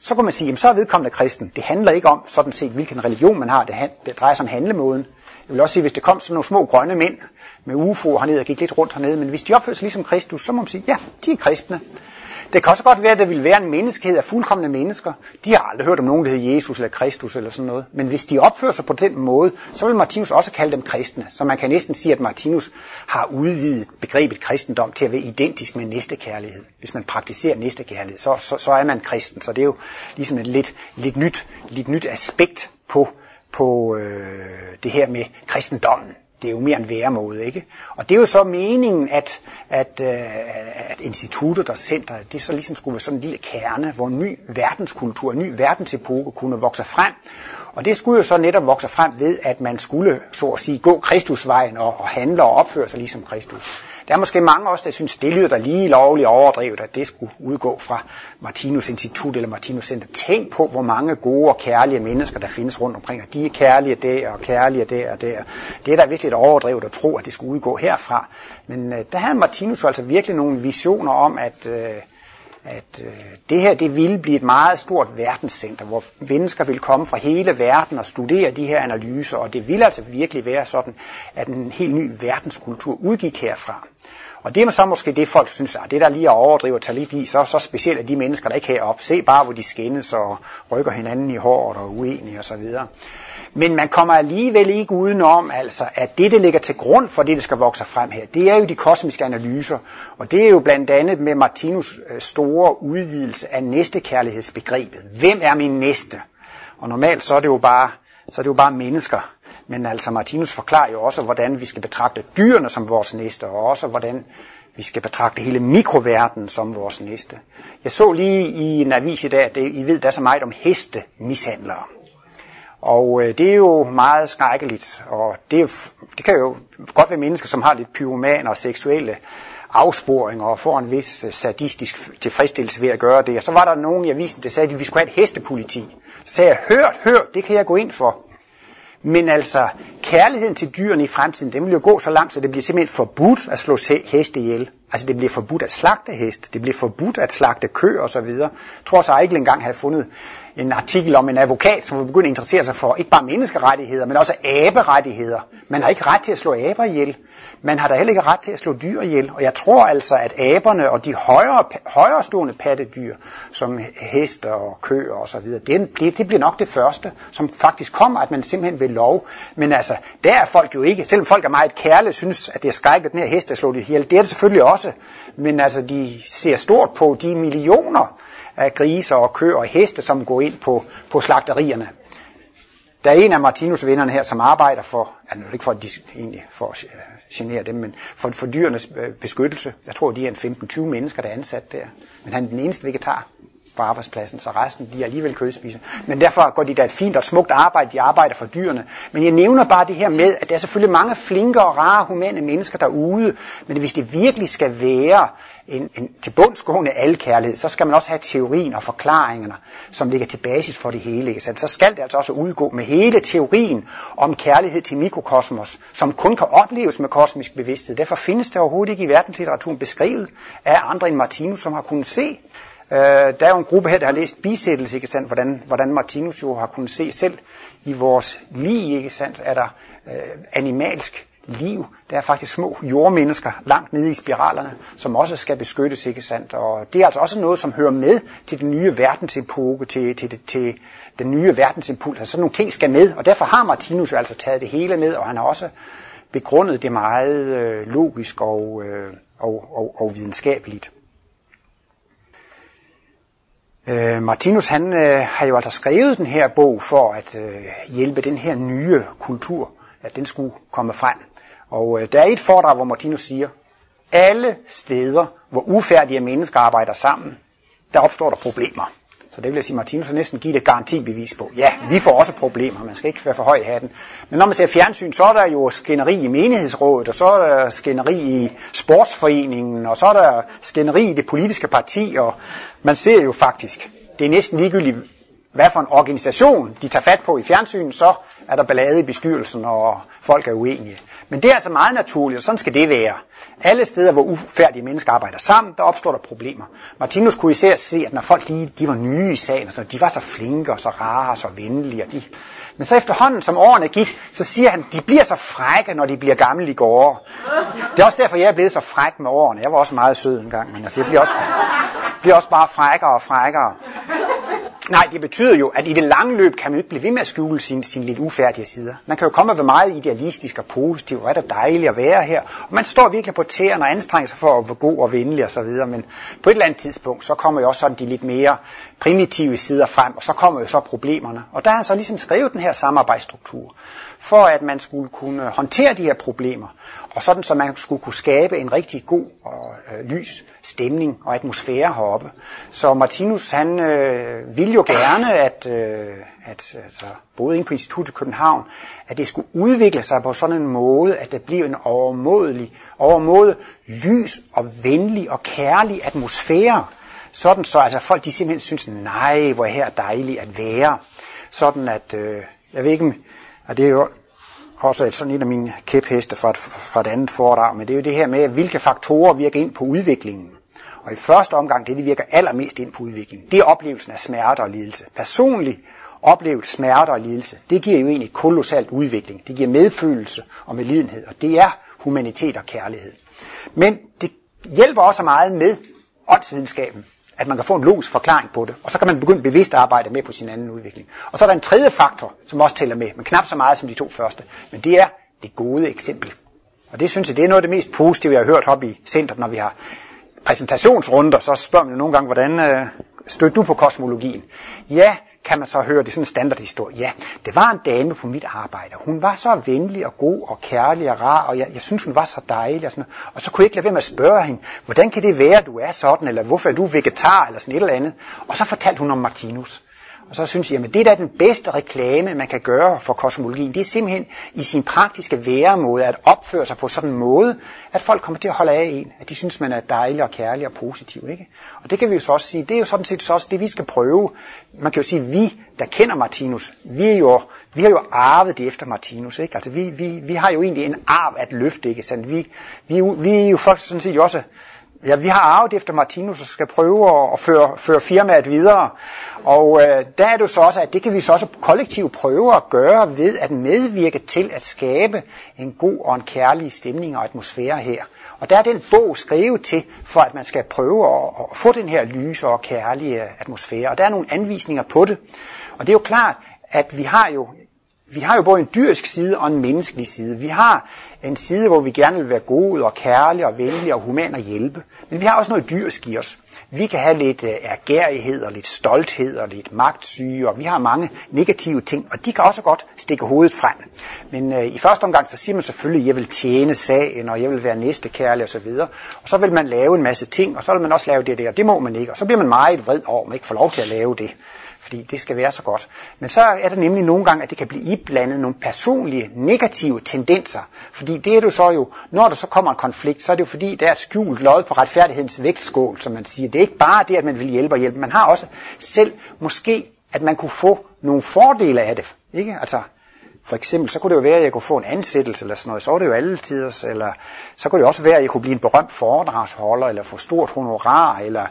[SPEAKER 1] så kan man sige, jamen så er vedkommende kristen. Det handler ikke om sådan set, hvilken religion man har. Det, det drejer sig om handlemåden. Jeg vil også sige, hvis det kom sådan nogle små grønne mænd med U F O'er hernede og gik lidt rundt hernede, men hvis de opfører sig ligesom Kristus, så må man sige, ja, de er kristne. Det kan også godt være, at der vil være en menneskehed af fuldkomne mennesker. De har aldrig hørt om nogen, der hedder Jesus eller Kristus eller sådan noget. Men hvis de opfører sig på den måde, så vil Martinus også kalde dem kristne. Så man kan næsten sige, at Martinus har udvidet begrebet kristendom til at være identisk med næstekærlighed. Hvis man praktiserer næstekærlighed, så, så, så er man kristen. Så det er jo ligesom et lidt, lidt, nyt, lidt nyt aspekt på, på øh, det her med kristendommen. Det er jo mere en væremåde, ikke? Og det er jo så meningen, at, at, at instituttet og centret, det så ligesom skulle være sådan en lille kerne, hvor en ny verdenskultur, en ny verdensepoke kunne vokse frem. Og det skulle jo så netop vokse frem ved, at man skulle, så at sige, gå Kristusvejen og, og handle og opføre sig ligesom Kristus. Der er måske mange også, der synes, det lyder der lige lovligt overdrevet, at det skulle udgå fra Martinus Institut eller Martinus Center. Tænk på, hvor mange gode og kærlige mennesker, der findes rundt omkring, og de er kærlige der og kærlige der og der. Det er da vist lidt overdrevet at tro, at det skulle udgå herfra. Men øh, der havde Martinus altså virkelig nogle visioner om, at, øh, at øh, det her det ville blive et meget stort verdenscenter, hvor mennesker ville komme fra hele verden og studere de her analyser, og det ville altså virkelig være sådan, at en helt ny verdenskultur udgik herfra. Og det er så måske det, folk synes, at det der lige er overdrivet og tager lidt i, så, så specielt er de mennesker, der ikke heroppe. Se bare, hvor de skændes og rykker hinanden i håret og uenige osv. Men man kommer alligevel ikke udenom, altså, at det, der ligger til grund for det, der skal vokse frem her, det er jo de kosmiske analyser. Og det er jo blandt andet med Martinus store udvidelse af næstekærlighedsbegrebet. Hvem er min næste? Og normalt så er det jo bare, så er det jo bare mennesker. Men altså Martinus forklarer jo også, hvordan vi skal betragte dyrene som vores næste, og også hvordan vi skal betragte hele mikroverdenen som vores næste. Jeg så lige i en avis i dag, at det, I ved, der er så meget om hestemishandlere. Og øh, det er jo meget skrækkeligt, og det, er jo, det kan jo godt være mennesker, som har lidt pyromaner og seksuelle afsporinger og får en vis sadistisk tilfredsstillelse ved at gøre det. Og så var der nogen i avisen, der sagde, at vi skulle have et hestepoliti. Så sagde jeg, hørt, hørt, det kan jeg gå ind for. Men altså, kærligheden til dyrene i fremtiden, den vil jo gå så langt, så det bliver simpelthen forbudt at slå heste ihjel. Altså det bliver forbudt at slagte hest, det bliver forbudt at slagte køer osv. Jeg tror så ikke engang havde fundet en artikel om en advokat, som begyndte at interessere sig for ikke bare menneskerettigheder, men også aberettigheder. Man har ikke ret til at slå aber ihjel. Man har da heller ikke ret til at slå dyr ihjel. Og jeg tror altså, at aberne og de højere, højere stående pattedyr, som hester og køer og så videre, det, det bliver nok det første, som faktisk kommer, at man simpelthen vil lov. Men altså, der er folk jo ikke, selvom folk er meget kærlige, synes, at det er skrækket, den her hest at slå det ihjel. Det er det selvfølgelig også. Men altså, de ser stort på de millioner af griser og køer og heste, som går ind på, på slagterierne. Der er en af Martinus' vennerne her, som arbejder for, altså ikke for, at de, egentlig for at genere dem, men for, for dyrenes beskyttelse. Jeg tror, de er en femten til tyve mennesker, der er ansat der. Men han er den eneste vegetar på arbejdspladsen, så resten de er alligevel kødspisere. Men derfor går de da et fint og smukt arbejde, de arbejder for dyrene. Men jeg nævner bare det her med, at der er selvfølgelig mange flinke og rare humane mennesker derude, men hvis det virkelig skal være en, en tilbundsgående alkærlighed, så skal man også have teorien og forklaringerne, som ligger til basis for det hele. Så skal det altså også udgå med hele teorien om kærlighed til mikrokosmos, som kun kan opleves med kosmisk bevidsthed. Derfor findes det overhovedet ikke i verdenslitteraturen beskrevet af andre end Martinus, som har kunnet se. Uh, der er jo en gruppe her, der har læst bisættelse, ikke sandt? Hvordan, hvordan Martinus jo har kunnet se selv i vores liv, ikke sandt? Er der uh, animalsk liv. Der er faktisk små jordmennesker langt nede i spiralerne, som også skal beskyttes, ikke sandt? Og det er altså også noget, som hører med til den nye verdensepoke, til, til, til, til den nye verdensimpuls. Altså sådan nogle ting skal med, og derfor har Martinus jo altså taget det hele med, og han har også begrundet det meget øh, logisk og, øh, og, og, og videnskabeligt. Øh, Martinus han øh, har jo altså skrevet den her bog for at øh, hjælpe den her nye kultur, at den skulle komme frem. Og øh, der er et foredrag, hvor Martinus siger, alle steder, hvor ufærdige mennesker arbejder sammen, der opstår der problemer. Så det vil jeg sige, Martinus har næsten givet et garantibevis på. Ja, vi får også problemer, man skal ikke være for høj i hatten. Men når man ser fjernsyn, så er der jo skænderi i menighedsrådet, og så er der skænderi i sportsforeningen, og så er der skænderi i det politiske parti, og man ser jo faktisk, det er næsten ligegyldigt, hvad for en organisation de tager fat på i fjernsynet, så er der ballade i bestyrelsen, og folk er uenige. Men det er altså meget naturligt, og sådan skal det være. Alle steder, hvor ufærdige mennesker arbejder sammen, der opstår der problemer. Martinus kunne især se, at når folk de, de var nye i sagen, så de var så flinke og så rare og så venlige. Og de... Men så efterhånden, som årene gik, så siger han, de bliver så frække, når de bliver gamle i går. Det er også derfor, jeg er blevet så fræk med årene. Jeg var også meget sød engang, men altså, jeg bliver også, bliver også bare frækkere og frækkere. Nej, det betyder jo, at i det lange løb kan man ikke blive ved med at skjule sine, sine lidt ufærdige sider. Man kan jo komme og være meget idealistisk og positiv, og er det dejligt at være her. Og man står virkelig på tæerne og anstrenger sig for at være god og venlig osv. Men på et eller andet tidspunkt, så kommer jo også sådan de lidt mere primitive sider frem, og så kommer jo så problemerne. Og der har han så ligesom skrevet den her samarbejdsstruktur, for at man skulle kunne håndtere de her problemer, og sådan så man skulle kunne skabe en rigtig god og øh, lys stemning og atmosfære heroppe. Så Martinus, han øh, ville jo gerne, at, øh, at altså, både inde på Instituttet i København, at det skulle udvikle sig på sådan en måde, at det bliver en overmådelig, overmåde lys og venlig og kærlig atmosfære. Sådan så altså, folk de simpelthen synes, nej, hvor er her dejligt at være. Sådan at, øh, jeg ved ikke, og det er jo også sådan en af mine kæpheste fra et, fra et andet foredrag, men det er jo det her med, hvilke faktorer virker ind på udviklingen. Og i første omgang, det, det virker allermest ind på udviklingen, det er oplevelsen af smerte og lidelse. Personligt oplevet smerte og lidelse, det giver jo egentlig kolossalt udvikling. Det giver medfølelse og medlidenhed, og det er humanitet og kærlighed. Men det hjælper også meget med åndsvidenskaben, at man kan få en logisk forklaring på det, og så kan man begynde bevidst at arbejde med på sin anden udvikling. Og så er der en tredje faktor, som også tæller med, men knap så meget som de to første, men det er det gode eksempel. Og det synes jeg, det er noget af det mest positive, jeg har hørt oppe i centret, når vi har præsentationsrunder, så spørger man nogle gange, hvordan øh, støtter du på kosmologien? Ja, kan man så høre, det er sådan en standardhistorie. Ja, det var en dame på mit arbejde. Hun var så venlig og god og kærlig og rar, og jeg, jeg synes, hun var så dejlig. Og, sådan og så kunne jeg ikke lade være med at spørge hende, hvordan kan det være, at du er sådan, eller hvorfor er du vegetar, eller sådan et eller andet. Og så fortalte hun om Martinus. Og så synes jeg, at det er da den bedste reklame, man kan gøre for kosmologien. Det er simpelthen i sin praktiske væremåde at opføre sig på sådan en måde, at folk kommer til at holde af en. At de synes, man er dejlig og kærlig og positiv. Ikke? Og det kan vi jo så også sige, det er jo sådan set så også det, vi skal prøve. Man kan jo sige, at vi, der kender Martinus, vi, er jo, vi har jo arvet det efter Martinus. Ikke? Altså vi, vi, vi har jo egentlig en arv at løfte. Ikke sandt? Vi, vi, vi er jo folk sådan set også... Ja, vi har arvet efter Martinus og skal prøve at, at føre, føre firmaet videre. Og øh, der er det så også, at det kan vi så også kollektivt prøve at gøre ved at medvirke til at skabe en god og en kærlig stemning og atmosfære her. Og der er den bog skrevet til, for at man skal prøve at, at få den her lyse og kærlige atmosfære. Og der er nogle anvisninger på det. Og det er jo klart, at vi har jo... Vi har jo både en dyrisk side og en menneskelig side. Vi har en side, hvor vi gerne vil være gode og kærlige og venlige og human og hjælpe. Men vi har også noget dyrisk i os. Vi kan have lidt ærgerighed og lidt stolthed og lidt magtsyge, og vi har mange negative ting, og de kan også godt stikke hovedet frem. Men øh, i første omgang, så siger man selvfølgelig, at jeg vil tjene sagen, og jeg vil være næstekærlig osv. Og så vil man lave en masse ting, og så vil man også lave det der. Det må man ikke, og så bliver man meget vred over, at man ikke får lov til at lave det. Fordi det skal være så godt. Men så er der nemlig nogle gange, at det kan blive iblandet nogle personlige negative tendenser. Fordi det er det så jo, når der så kommer en konflikt, så er det jo fordi, der er et skjult lod på retfærdighedens vægtskål, som man siger. Det er ikke bare det, at man vil hjælpe og hjælpe. Man har også selv måske, at man kunne få nogle fordele af det. Ikke? Altså, for eksempel, så kunne det jo være, at jeg kunne få en ansættelse eller sådan noget. Så var det jo alle tiders. Eller så kunne det også være, at jeg kunne blive en berømt foredragsholder, eller få stort honorar, eller...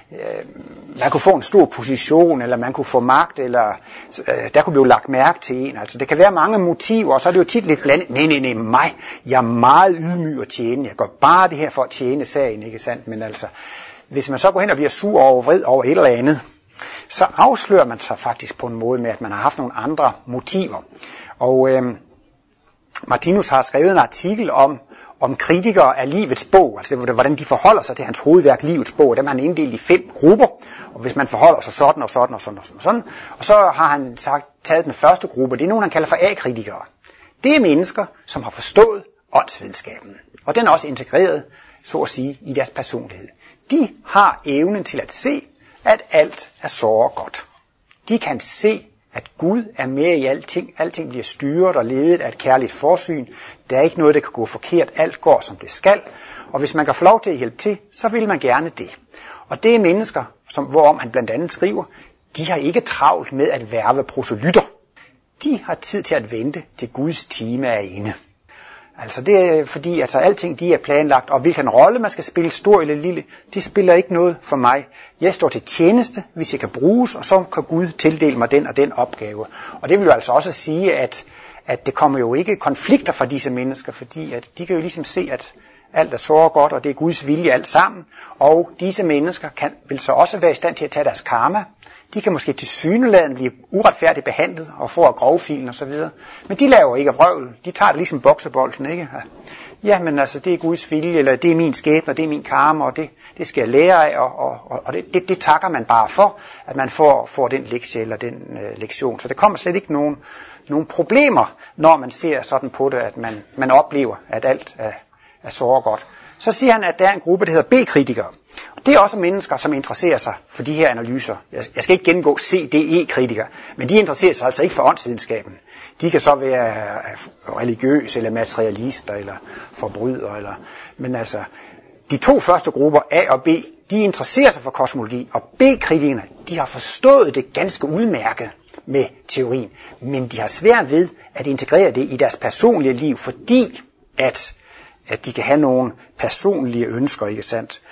[SPEAKER 1] man kunne få en stor position, eller man kunne få magt, eller øh, der kunne blive lagt mærke til en. Altså, det kan være mange motiver, og så er det jo tit lidt blandet. Nej, nej, nej, mig, jeg er meget ydmyg at tjene. Jeg gør bare det her for at tjene sagen, ikke sandt? Men altså, hvis man så går hen og bliver sur og vred over et eller andet, så afslører man sig faktisk på en måde med, at man har haft nogle andre motiver. Og øh, Martinus har skrevet en artikel om, om kritikere af livets bog, altså hvordan de forholder sig til hans hovedværk, livets bog, og dem har han inddelt i fem grupper, og hvis man forholder sig sådan og sådan og sådan og sådan og sådan, og så har han sagt, taget den første gruppe, det er nogen, han kalder for A-kritikere. Det er mennesker, som har forstået åndsvidenskaben, og den er også integreret, så at sige, i deres personlighed. De har evnen til at se, at alt er så og godt. De kan se, at Gud er med i alting. Alting bliver styret og ledet af et kærligt forsyn. Der er ikke noget, der kan gå forkert. Alt går, som det skal. Og hvis man kan få lov til at hjælpe til, så vil man gerne det. Og det er mennesker, som, hvorom han blandt andet skriver, de har ikke travlt med at hverve proselytter. De har tid til at vente til Guds time er inde. Altså det er fordi, altså alting de er planlagt, og hvilken rolle man skal spille, stor eller lille, det spiller ikke noget for mig. Jeg står til tjeneste, hvis jeg kan bruges, og så kan Gud tildele mig den og den opgave. Og det vil jo altså også sige, at, at det kommer jo ikke konflikter fra disse mennesker, fordi at de kan jo ligesom se, at alt er så godt, og det er Guds vilje alt sammen. Og disse mennesker kan, vil så også være i stand til at tage deres karma. De kan måske tilsyneladende blive uretfærdigt behandlet og få af grovfilen og så videre. Men de laver ikke vrøvl. De tager det ligesom boksebolden, ikke? Ja, men altså, det er Guds vilje, eller det er min skæbne, og det er min karma, og det, det skal jeg lære af, og, og, og det, det, det takker man bare for, at man får, får den lektie eller den øh, lektion. Så der kommer slet ikke nogen, nogen problemer, når man ser sådan på det, at man, man oplever, at alt er, er så godt. Så siger han, at der er en gruppe, der hedder B-kritikere. Det er også mennesker, som interesserer sig for de her analyser. Jeg skal ikke gennemgå C D E-kritikere, men de interesserer sig altså ikke for åndsvidenskaben. De kan så være religiøse, eller materialister, eller forbrydere. Eller... Men altså, de to første grupper, A og B, de interesserer sig for kosmologi, og B-kritikerne, de har forstået det ganske udmærket med teorien, men de har svært ved at integrere det i deres personlige liv, fordi at, at de kan have nogle personlige ønsker, ikke sandt?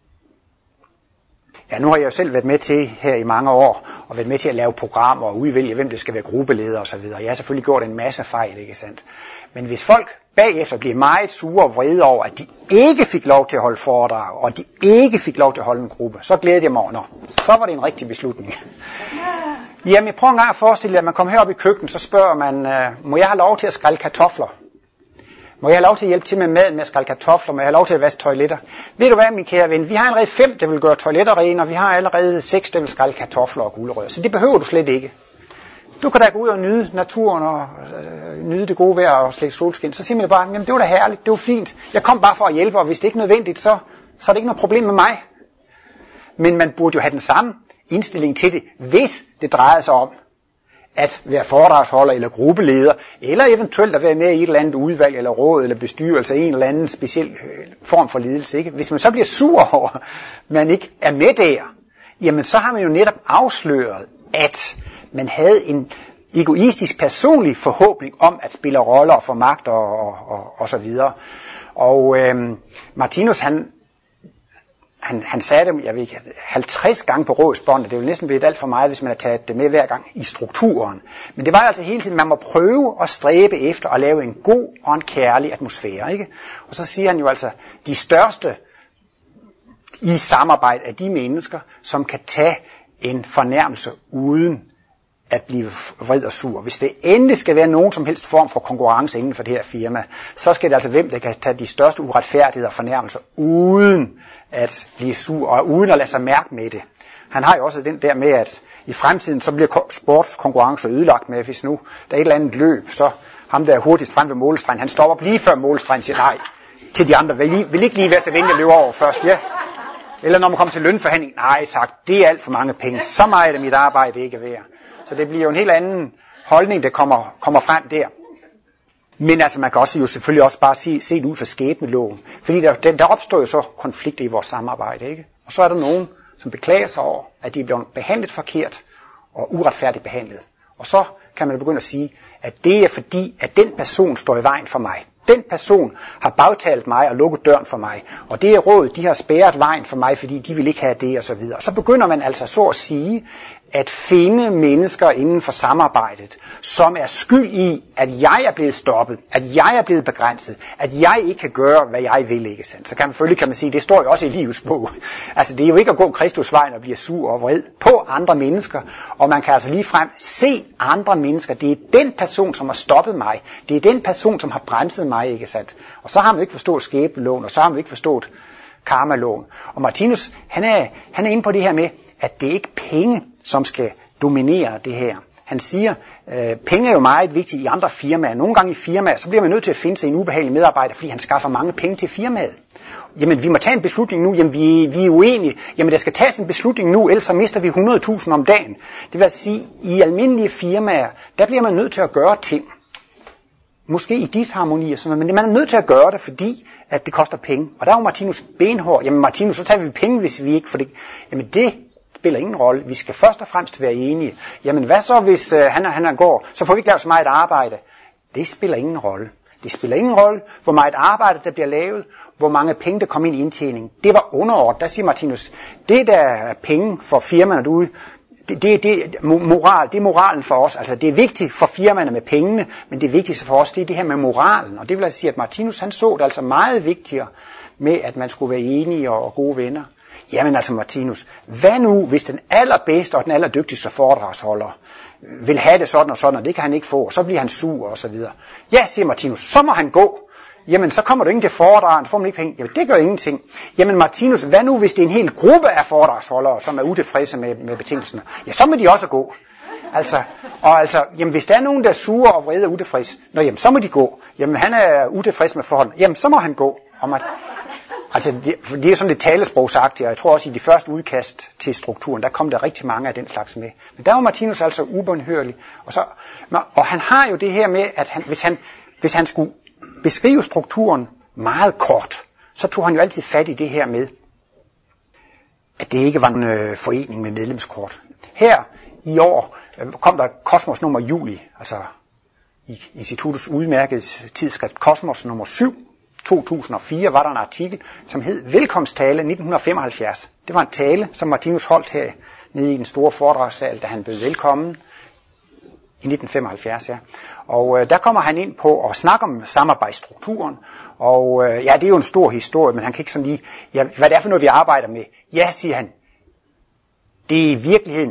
[SPEAKER 1] Ja, nu har jeg jo selv været med til her i mange år, og været med til at lave programmer og udvælge, hvem det skal være gruppeleder osv. Jeg har selvfølgelig gjort en masse fejl, ikke sandt? Men hvis folk bagefter bliver meget sure og vrede over, at de ikke fik lov til at holde foredrag, og de ikke fik lov til at holde en gruppe, så glæder jeg mig over, så var det en rigtig beslutning. Jamen, jeg prøver en gang at forestille jer, at man kommer herop i køkkenet, så spørger man, må jeg have lov til at skrælle kartofler? Må jeg have lov til at hjælpe til med maden med at skrælle kartofler? Må jeg have lov til at vaske toiletter? Ved du hvad, min kære ven? Vi har allerede fem, der vil gøre toiletter rene, og vi har allerede seks, der vil skrælle kartofler og gulerødder. Så det behøver du slet ikke. Du kan da gå ud og nyde naturen og øh, nyde det gode vejr og slække solskin. Så siger man bare, jamen det var da herligt, det var fint. Jeg kom bare for at hjælpe, og hvis det ikke er nødvendigt, så, så er det ikke noget problem med mig. Men man burde jo have den samme indstilling til det, hvis det drejer sig om at være foredragsholder eller gruppeleder, eller eventuelt at være med i et eller andet udvalg eller råd eller bestyrelse af en eller anden speciel form for ledelse. Ikke? Hvis man så bliver sur over, at man ikke er med der, jamen så har man jo netop afsløret, at man havde en egoistisk personlig forhåbning om at spille roller og få magt og, og, og, og så videre. Og øhm, Martinus, han Han, han sagde det, jeg ved ikke, halvtreds gange på rådsbåndet. Det ville næsten blive alt for meget, hvis man havde taget det med hver gang i strukturen. Men det var altså hele tiden, man må prøve at stræbe efter at lave en god og en kærlig atmosfære. Ikke? Og så siger han jo altså, de største i samarbejde er de mennesker, som kan tage en fornærmelse uden at blive vred og sur. Hvis det endelig skal være nogen som helst form for konkurrence inden for det her firma, så skal det altså hvem, der kan tage de største uretfærdigheder og fornærmelser uden at blive sur og uden at lade sig mærke med det. Han har jo også den der med, at i fremtiden så bliver sportskonkurrencer ødelagt med, hvis nu der er et eller andet løb, så ham der er hurtigst frem ved målstregen, han stopper lige før målstregen, siger nej til de andre, vil, I, vil ikke lige være så venlig at løbe over først, ja? Eller når man kommer til lønforhandling, nej tak, det er alt for mange penge, så meget af mit arbejde ikke er værd. Så det bliver jo en helt anden holdning, der kommer, kommer frem der. Men altså, man kan også jo selvfølgelig også bare se, se det ud for skæbneloven. Fordi der, der opstår jo så konflikter i vores samarbejde, ikke? Og så er der nogen, som beklager sig over, at de er blevet behandlet forkert og uretfærdigt behandlet. Og så kan man begynde at sige, at det er fordi, at den person står i vejen for mig. Den person har bagtalt mig og lukket døren for mig. Og det er rådet, de har spærret vejen for mig, fordi de vil ikke have det og så videre. Og så begynder man altså så at sige, at finde mennesker inden for samarbejdet, som er skyld i, at jeg er blevet stoppet, at jeg er blevet begrænset, at jeg ikke kan gøre, hvad jeg vil, ikke sandt? Så kan man selvfølgelig kan man sige, det står jo også i livets bog. Altså det er jo ikke at gå Kristusvejen og blive sur og vred på andre mennesker, og man kan altså ligefrem se andre mennesker. Det er den person, som har stoppet mig. Det er den person, som har bremset mig, ikke sandt? Og så har man ikke forstået skæbneloven, og så har man ikke forstået karmaloven. Og Martinus, han er, han er inde på det her med, at det er ikke penge, som skal dominere det her. Han siger, øh, penge er jo meget vigtigt i andre firmaer. Nogle gange i firmaer, så bliver man nødt til at finde sig en ubehagelig medarbejder, fordi han skaffer mange penge til firmaet. Jamen, vi må tage en beslutning nu. Jamen, vi, vi er uenige. Jamen, der skal tages en beslutning nu, ellers så mister vi hundrede tusind om dagen. Det vil sige, i almindelige firmaer, der bliver man nødt til at gøre ting. Måske i disharmoni og sådan noget, men man er nødt til at gøre det, fordi at det koster penge. Og der er jo Martinus benhård. Jamen, Martinus, så tager vi penge, hvis vi ikke får det. Jamen, det spiller ingen rolle. Vi skal først og fremmest være enige. Jamen hvad så, hvis øh, han, han går, så får vi ikke lavet så meget arbejde. Det spiller ingen rolle. Det spiller ingen rolle, hvor meget arbejde der bliver lavet, hvor mange penge der kommer ind i indtjening. Det var underordnet. Der siger Martinus, det der er penge for firmaerne derude, det, det, det, moral, det er moralen for os. Altså det er vigtigt for firmaerne med pengene, men det vigtigste for os, det er det her med moralen. Og det vil altså sige, at Martinus han så det altså meget vigtigere med, at man skulle være enige og gode venner. Jamen altså Martinus, hvad nu hvis den allerbedste og den allerdygtigste foredragsholder vil have det sådan og sådan, og det kan han ikke få, og så bliver han sur og så videre. Ja, siger Martinus, så må han gå. Jamen, så kommer du ikke til foredrag, så får man ikke penge. Jamen, det gør ingenting. Jamen, Martinus, hvad nu, hvis det er en hel gruppe af foredragsholdere, som er utilfredse med, med betingelserne? Ja, så må de også gå. Altså, og altså, jamen, hvis der er nogen, der er sure og vrede og utilfredse, nå, jamen, så må de gå. Jamen, han er utilfreds med forholdene. Jamen, så må han gå. Og man, altså, det, det er sådan lidt talesprogsagtigt, og jeg tror også, i de første udkast til strukturen, der kom der rigtig mange af den slags med. Men der var Martinus altså ubønhørlig. Og, så, og han har jo det her med, at han, hvis, han, hvis han skulle beskrive strukturen meget kort, så tog han jo altid fat i det her med, at det ikke var en øh, forening med medlemskort. Her i år øh, kom der Kosmos nummer juli, altså i instituttets udmærkede tidsskrift Kosmos nummer syv, to tusind og fire, var der en artikel, som hed Velkomsttale nitten femoghalvfjerds. Det var en tale, som Martinus holdt her nede i den store foredragssal, da han blev velkommen i nitten femoghalvfjerds, ja. Og øh, der kommer han ind på at snakke om samarbejdsstrukturen, og øh, ja, det er jo en stor historie, men han kan ikke sådan lige, ja, hvad det er for noget, vi arbejder med. Ja, siger han, det er i virkeligheden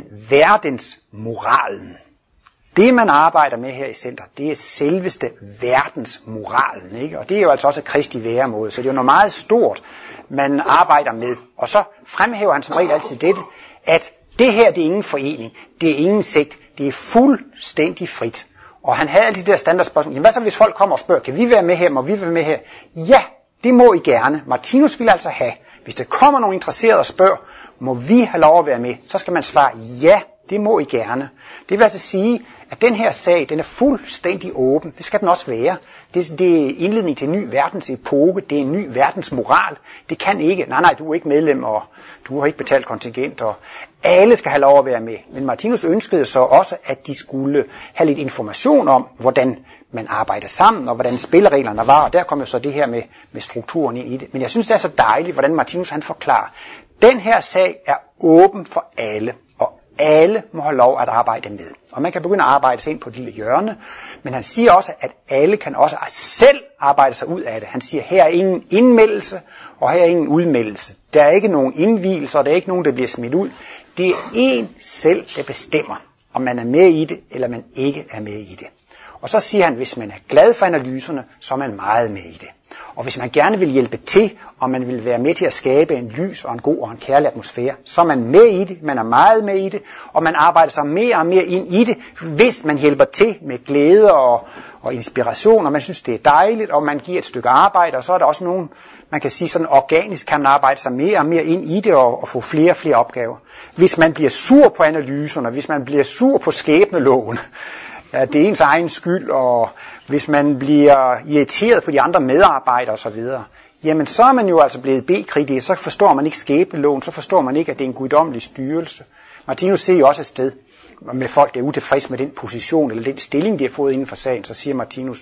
[SPEAKER 1] verdensmoralen. Det, man arbejder med her i center, det er selveste verdensmoralen, ikke? Og det er jo altså også Kristi væremåde, så det er jo noget meget stort, man arbejder med. Og så fremhæver han som regel altid dette, at det her, det er ingen forening, det er ingen sekt, det er fuldstændig frit. Og han havde alle de der standardspørgsmål. Jamen hvad så, hvis folk kommer og spørger, kan vi være med her, må vi være med her? Ja, det må I gerne. Martinus vil altså have, hvis der kommer nogen interesserede og spørger, må vi have lov at være med? Så skal man svare, ja, det må I gerne. Det vil altså sige, at den her sag, den er fuldstændig åben. Det skal den også være. Det, det er indledning til en ny verdensepoke. Det er en ny verdensmoral. Det kan ikke. Nej, nej, du er ikke medlem, og du har ikke betalt kontingent, og alle skal have lov at være med. Men Martinus ønskede så også, at de skulle have lidt information om, hvordan man arbejder sammen, og hvordan spillereglerne var. Og der kom jo så det her med, med strukturen ind i det. Men jeg synes, det er så dejligt, hvordan Martinus han forklarer. Den her sag er åben for alle. Alle må have lov at arbejde med. Og man kan begynde at arbejde sig ind på et lille hjørne, men han siger også, at alle kan også selv arbejde sig ud af det. Han siger, her er ingen indmeldelse, og her er ingen udmeldelse. Der er ikke nogen indvielse, og der er ikke nogen, der bliver smidt ud. Det er en selv, der bestemmer, om man er med i det, eller man ikke er med i det. Og så siger han, at hvis man er glad for analyserne, så er man meget med i det. Og hvis man gerne vil hjælpe til, og man vil være med til at skabe en lys og en god og en kærlig atmosfære, så er man med i det, man er meget med i det, og man arbejder sig mere og mere ind i det, hvis man hjælper til med glæde og, og inspiration, og man synes, det er dejligt, og man giver et stykke arbejde, og så er der også nogen, man kan sige sådan organisk, kan man arbejde sig mere og mere ind i det og, og få flere og flere opgaver. Hvis man bliver sur på analyserne, hvis man bliver sur på skæbneloven, ja, det er ens egen skyld, og hvis man bliver irriteret på de andre medarbejdere osv., jamen så er man jo altså blevet B-kritiker, så forstår man ikke skæbneloven, så forstår man ikke, at det er en guddommelig styrelse. Martinus ser jo også et sted med folk, der er utilfredse med den position eller den stilling, de har fået inden for sagen, så siger Martinus,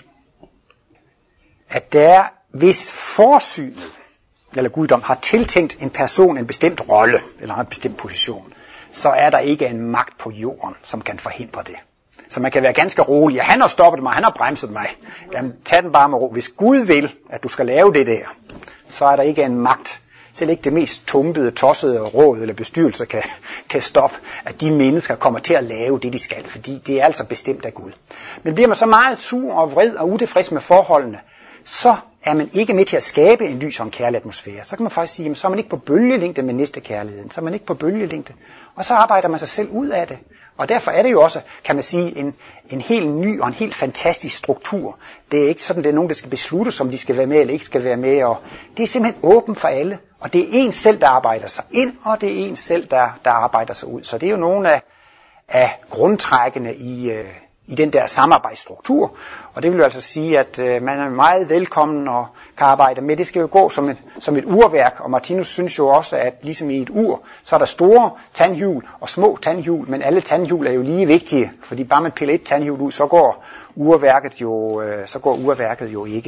[SPEAKER 1] at der, hvis forsynet eller guddom har tiltænkt en person en bestemt rolle eller en bestemt position, så er der ikke en magt på jorden, som kan forhindre det. Så man kan være ganske rolig. Han har stoppet mig, han har bremset mig. Jamen, tag den bare med ro. Hvis Gud vil, at du skal lave det der, så er der ikke en magt. Selv ikke det mest tumpede, tossede råd eller bestyrelse kan, kan stoppe, at de mennesker kommer til at lave det, de skal. Fordi det er altså bestemt af Gud. Men bliver man så meget sur og vred og utilfreds med forholdene, så er man ikke med til at skabe en lys og en kærlig atmosfære. Så kan man faktisk sige, jamen, så er man ikke på bølgelængde med næste kærligheden. Så er man ikke på bølgelængde. Og så arbejder man sig selv ud af det. Og derfor er det jo også, kan man sige, en, en helt ny og en helt fantastisk struktur. Det er ikke sådan, det er nogen, der skal beslutte, om de skal være med eller ikke skal være med. Og det er simpelthen åbent for alle. Og det er en selv, der arbejder sig ind, og det er en selv, der, der arbejder sig ud. Så det er jo nogle af, af grundtrækkene i, øh, i den der samarbejdsstruktur. Og det vil jo altså sige, at øh, man er meget velkommen og kan arbejde med. Det skal jo gå som et, som et urværk, og Martinus synes jo også, at ligesom i et ur, så er der store tandhjul og små tandhjul, men alle tandhjul er jo lige vigtige, fordi bare man piller et tandhjul ud, så går urværket jo, øh, så går urværket jo ikke.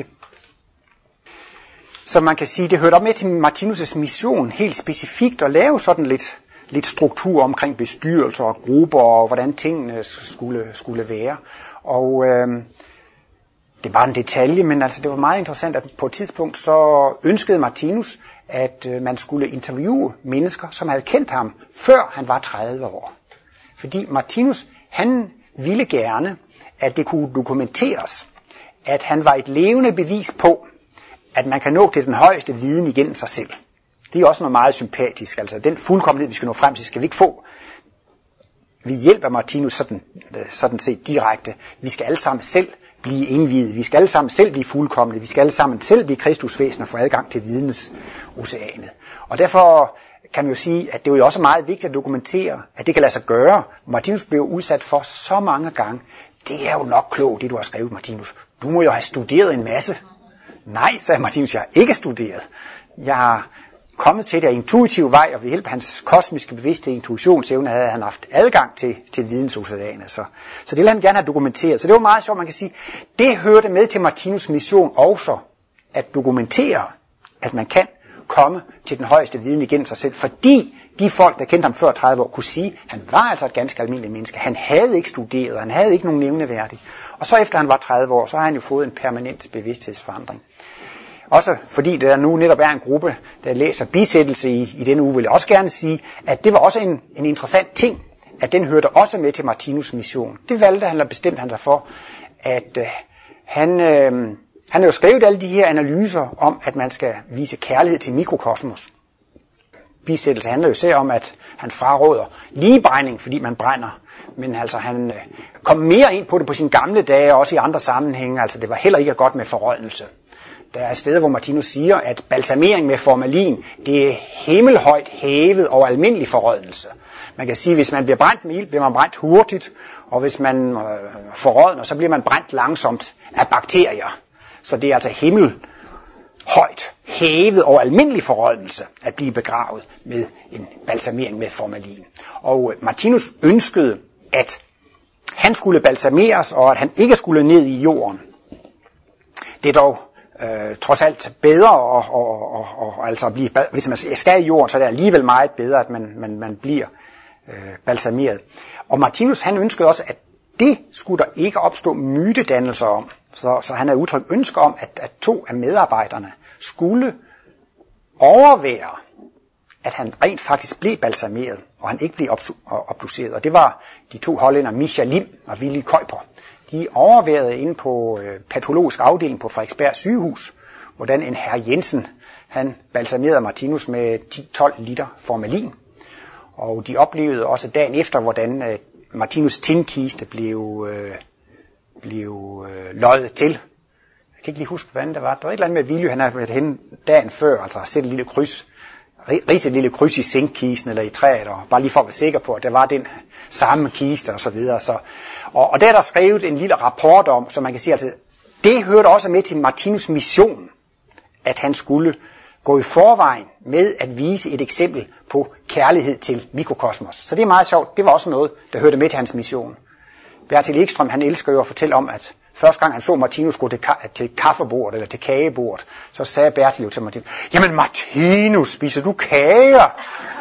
[SPEAKER 1] Så man kan sige, det hørte op med til Martinus' mission helt specifikt at lave sådan lidt, lidt struktur omkring bestyrelser og grupper og hvordan tingene skulle, skulle være. Og øh, det var en detalje, men altså det var meget interessant, at på et tidspunkt så ønskede Martinus, at øh, man skulle interviewe mennesker, som havde kendt ham, før han var tredive år. Fordi Martinus, han ville gerne, at det kunne dokumenteres, at han var et levende bevis på, at man kan nå til den højeste viden igennem sig selv. Det er også noget meget sympatisk. Altså den fuldkommenhed, vi skal nå frem til, skal vi ikke få ved hjælp af Martinus sådan, sådan set direkte. Vi skal alle sammen selv blive indviet. Vi skal alle sammen selv blive fuldkomne. Vi skal alle sammen selv blive kristusvæsener og få adgang til videns oceanet. Og derfor kan man jo sige, at det er jo også meget vigtigt at dokumentere, at det kan lade sig gøre. Martinus blev udsat for så mange gange. Det er jo nok klogt, det du har skrevet, Martinus. Du må jo have studeret en masse. Nej, sagde Martinus, jeg har ikke studeret. Jeg har kommet til det af intuitiv vej, og ved hjælp af hans kosmiske bevidsthed intuitionsevne havde han haft adgang til, til vidensoceanet. Så, så det ville han gerne have dokumenteret. Så det var meget sjovt, man kan sige. Det hørte med til Martinus' mission også, at dokumentere, at man kan komme til den højeste viden igennem sig selv, fordi de folk, der kendte ham før tredive år, kunne sige, at han var altså et ganske almindeligt menneske. Han havde ikke studeret, han havde ikke nogen nævneværdig. Og så efter han var tredive år, så har han jo fået en permanent bevidsthedsforandring. Også fordi der nu netop er en gruppe, der læser bisættelse i, i denne uge, vil jeg også gerne sige, at det var også en, en interessant ting, at den hørte også med til Martinus' mission. Det valgte han, eller bestemte han sig for, at øh, han, øh, han har jo skrevet alle de her analyser om, at man skal vise kærlighed til mikrokosmos. Bisættelse handler jo især om, at han fraråder ligebrænding, fordi man brænder. Men altså han øh, kom mere ind på det på sine gamle dage, også i andre sammenhænge. Altså det var heller ikke godt med forrådnelse. Der er steder, hvor Martinus siger, at balsamering med formalin, det er himmelhøjt hævet over almindelig forrådnelse. Man kan sige, at hvis man bliver brændt med ild, bliver man brændt hurtigt, og hvis man øh, forrådner, så bliver man brændt langsomt af bakterier. Så det er altså himmelhøjt hævet over almindelig forrådnelse at blive begravet med en balsamering med formalin. Og Martinus ønskede, at han skulle balsameres, og at han ikke skulle ned i jorden. Det er dog øh, trods alt bedre, og, og, og, og altså blive, hvis man skal i jorden, så er det alligevel meget bedre, at man, man, man bliver øh, balsameret. Og Martinus, han ønskede også, at det skulle der ikke opstå mytedannelser om. Så, så han havde udtrykt ønsker om, at, at to af medarbejderne skulle overvære, at han rent faktisk blev balsameret, og han ikke blev obduceret. Og det var de to hollænder, Mischa Lim og Willy Kuiper. De overværede inde på øh, patologisk afdeling på Frederiksberg sygehus, hvordan en herr Jensen, han balsamerede Martinus med ti til tolv liter formalin. Og de oplevede også dagen efter, hvordan øh, Martinus' tindkiste blev, øh, blev øh, løjet til. Jeg kan ikke lige huske, hvordan det var. Der var et eller andet med Willy, han havde været henne dagen før, altså sæt et lille kryds, ridset et lille kryds i zinkkisten eller i træet, og bare lige for at være sikker på, at der var den samme kiste og så videre. Så, og, og der er der skrevet en lille rapport om, så man kan sige, altså, det hørte også med til Martinus' mission, at han skulle gå i forvejen med at vise et eksempel på kærlighed til mikrokosmos. Så det er meget sjovt. Det var også noget, der hørte med til hans mission. Bertil Ekstrøm, han elsker jo at fortælle om, at første gang han så Martinus gå til, ka- til kaffebordet eller til kagebordet, så sagde Bertil jo til Martinus, jamen Martinus, spiser du kager?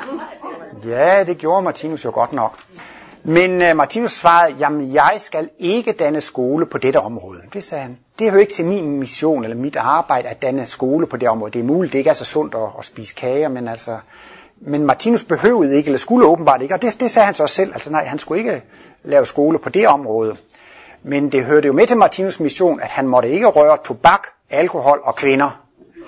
[SPEAKER 1] Ja, det gjorde Martinus jo godt nok. Men uh, Martinus svarede, jamen jeg skal ikke danne skole på dette område. Det sagde han. Det hører ikke til min mission eller mit arbejde at danne skole på det område. Det er muligt, det ikke er så sundt at, at spise kager, men altså... Men Martinus behøvede ikke, eller skulle åbenbart ikke, og det, det sagde han så også selv. Altså nej, han skulle ikke lave skole på det område. Men det hørte jo med til Martinus' mission, at han måtte ikke røre tobak, alkohol og kvinder.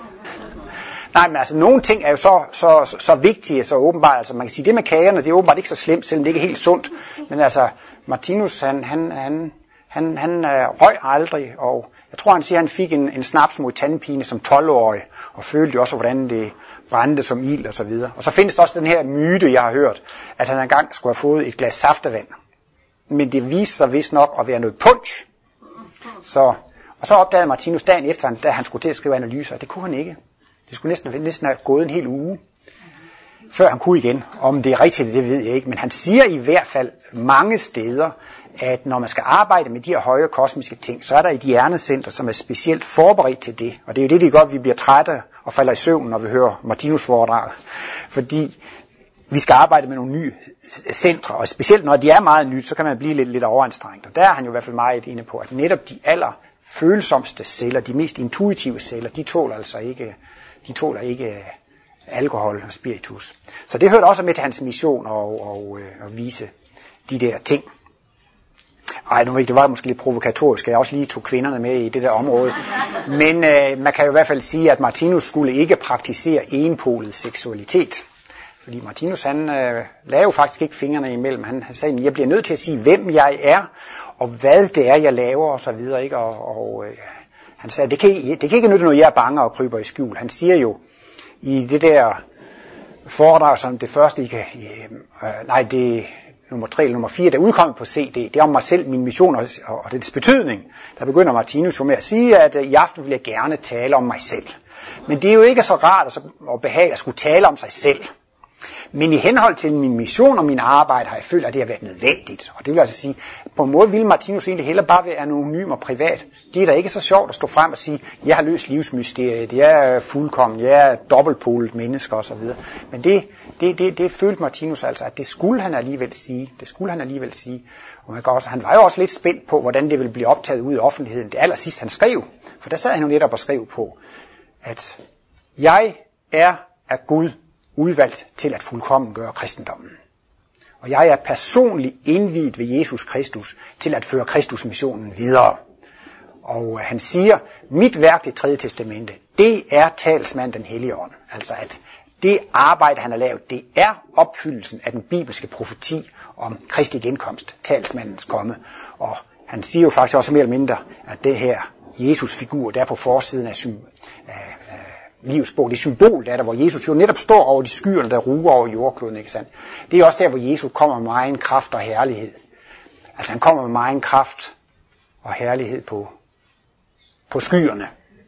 [SPEAKER 1] Nej, men altså nogle ting er jo så, så, så, så vigtige, så åbenbart, altså man kan sige, det med kagerne, det er åbenbart ikke så slemt, selvom det ikke er helt sundt. Men altså, Martinus, han, han, han, han, han øh, røg aldrig, og jeg tror, han siger, han fik en, en snaps mod tandpine som tolv-årig, og følte jo også, hvordan det brændte som ild og så videre. Og så findes der også den her myte, jeg har hørt, at han engang skulle have fået et glas saftevand. men det viste sig vist nok at være noget punch. Så, og så opdagede Martinus dagen efter, da han skulle til at skrive analyser, at det kunne han ikke. Det skulle næsten, næsten have gået en hel uge, før han kunne igen. Om det er rigtigt, det ved jeg ikke, men han siger i hvert fald mange steder, at når man skal arbejde med de her høje kosmiske ting, så er der et hjernecenter, som er specielt forberedt til det. Og det er jo det, det gør, at vi bliver trætte og falder i søvn, når vi hører Martinus foredrag. Fordi vi skal arbejde med nogle nye centre, og specielt når de er meget nyt, så kan man blive lidt, lidt overanstrengt. Og der er han jo i hvert fald meget inde på, at netop de aller følsomste celler, de mest intuitive celler, de tåler altså ikke, de tåler ikke alkohol og spiritus. Så det hørte også med til hans mission at, at, at vise de der ting. Ej, nu ved jeg, det var måske lidt provokatorisk, at jeg også lige tog kvinderne med i det der område. Men øh, man kan jo i hvert fald sige, at Martinus skulle ikke praktisere enpolet seksualitet. Fordi Martinus, han øh, lavede jo faktisk ikke fingrene imellem. Han, han sagde, at jeg bliver nødt til at sige, hvem jeg er, og hvad det er, jeg laver, og så videre. Ikke? Og, og øh, han sagde, det kan, det kan ikke nytte noget, jeg er bange og kryber i skjul. Han siger jo i det der foredrag, som det første, I kan, øh, nej, det nummer tre eller nummer fire, der er udkommet på C D, det er om mig selv, min mission og, og, og dets betydning. Der begynder Martinus jo med at sige, at øh, i aften vil jeg gerne tale om mig selv. Men det er jo ikke så rart og, så, og behageligt at skulle tale om sig selv. Men i henhold til min mission og min arbejde har jeg følt, at det har været nødvendigt. Og det vil altså sige, på en måde ville Martinus egentlig heller bare være anonym og privat. Det er da ikke så sjovt at stå frem og sige, jeg har løst livsmysteriet, jeg er fuldkommen, jeg er dobbeltpolet menneske osv. Men det, det, det, det følte Martinus altså, at det skulle han alligevel sige. Det skulle han alligevel sige. Og man kan også, han var jo også lidt spændt på, hvordan det ville blive optaget ud i offentligheden. Det allersidst han skrev, for der sad han jo netop og skrev på, at jeg er af Gud udvalgt til at fuldkommen gøre kristendommen. Og jeg er personligt indviet ved Jesus Kristus til at føre Kristusmissionen videre. Og han siger, mit værk, det tredje testamente, det er talsmand den hellige ånd. Altså at det arbejde, han har lavet, det er opfyldelsen af den bibelske profeti om Kristi genkomst, talsmandens komme. Og han siger jo faktisk også mere eller mindre, at det her Jesus-figur, der på forsiden af sym- af, af livets bog, det symbol, der er der, hvor Jesus jo netop står over de skyerne, der ruger over jordkloden, ikke sandt? Det er også der, hvor Jesus kommer med egen kraft og herlighed. Altså han kommer med egen kraft og herlighed på, på skyerne.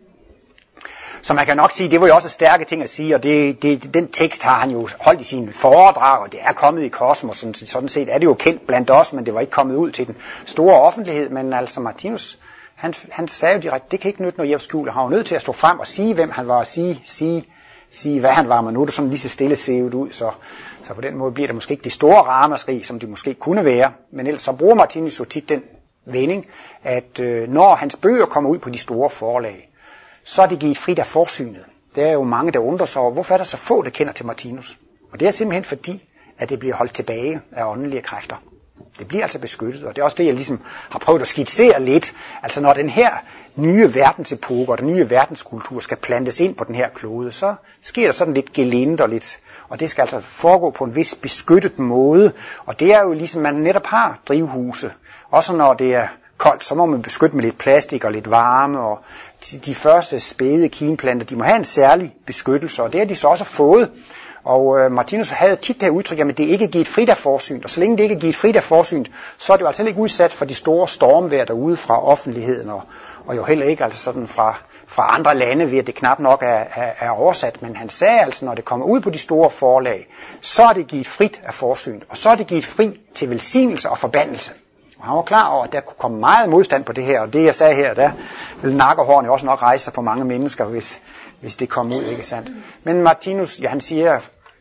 [SPEAKER 1] Så man kan nok sige, det var jo også stærke ting at sige, og det, det, den tekst har han jo holdt i sine foredrag, og det er kommet i Kosmos, sådan, sådan set er det jo kendt blandt os, men det var ikke kommet ud til den store offentlighed, men altså Martinus, Han, han sagde jo direkte, det kan ikke nytte noget, jeg skjule. Han var nødt til at stå frem og sige, hvem han var, og sige, sige, sige hvad han var, men nu er det sådan lige så stille set ud, så, så på den måde bliver det måske ikke det store ramaskrig, som det måske kunne være, men ellers så bruger Martinus jo tit den vending, at øh, når hans bøger kommer ud på de store forlag, så er det givet frit af forsynet. Der er jo mange, der undrer sig over, hvorfor er der så få, der kender til Martinus? Og det er simpelthen fordi, at det bliver holdt tilbage af åndelige kræfter. Det bliver altså beskyttet, og det er også det, jeg ligesom har prøvet at skitsere lidt. Altså når den her nye verdensepoke og den nye verdenskultur skal plantes ind på den her klode, så sker der sådan lidt gelinde og lidt, og det skal altså foregå på en vis beskyttet måde. Og det er jo ligesom, man netop har drivhuse. Også når det er koldt, så må man beskytte med lidt plastik og lidt varme, og de første spæde kinplanter, de må have en særlig beskyttelse, og det har de så også fået. Og øh, Martinus havde tit det her udtryk, at det ikke er givet frit af forsynet, og så længe det ikke er givet frit af forsynet, så er det jo altså ikke udsat for de store stormvejr derude fra offentligheden, og, og jo heller ikke altså sådan fra, fra andre lande, ved at det knap nok er, er, er oversat. Men han sagde altså, når det kommer ud på de store forlag, så er det givet frit af forsynet, og så er det givet fri til velsignelse og forbandelse. Og han var klar over, at der kunne komme meget modstand på det her, og det jeg sagde her, der vil nakkehårene også nok rejse sig på mange mennesker, hvis hvis det kommer ud, ikke sandt? Men Martinus, ja, han siger,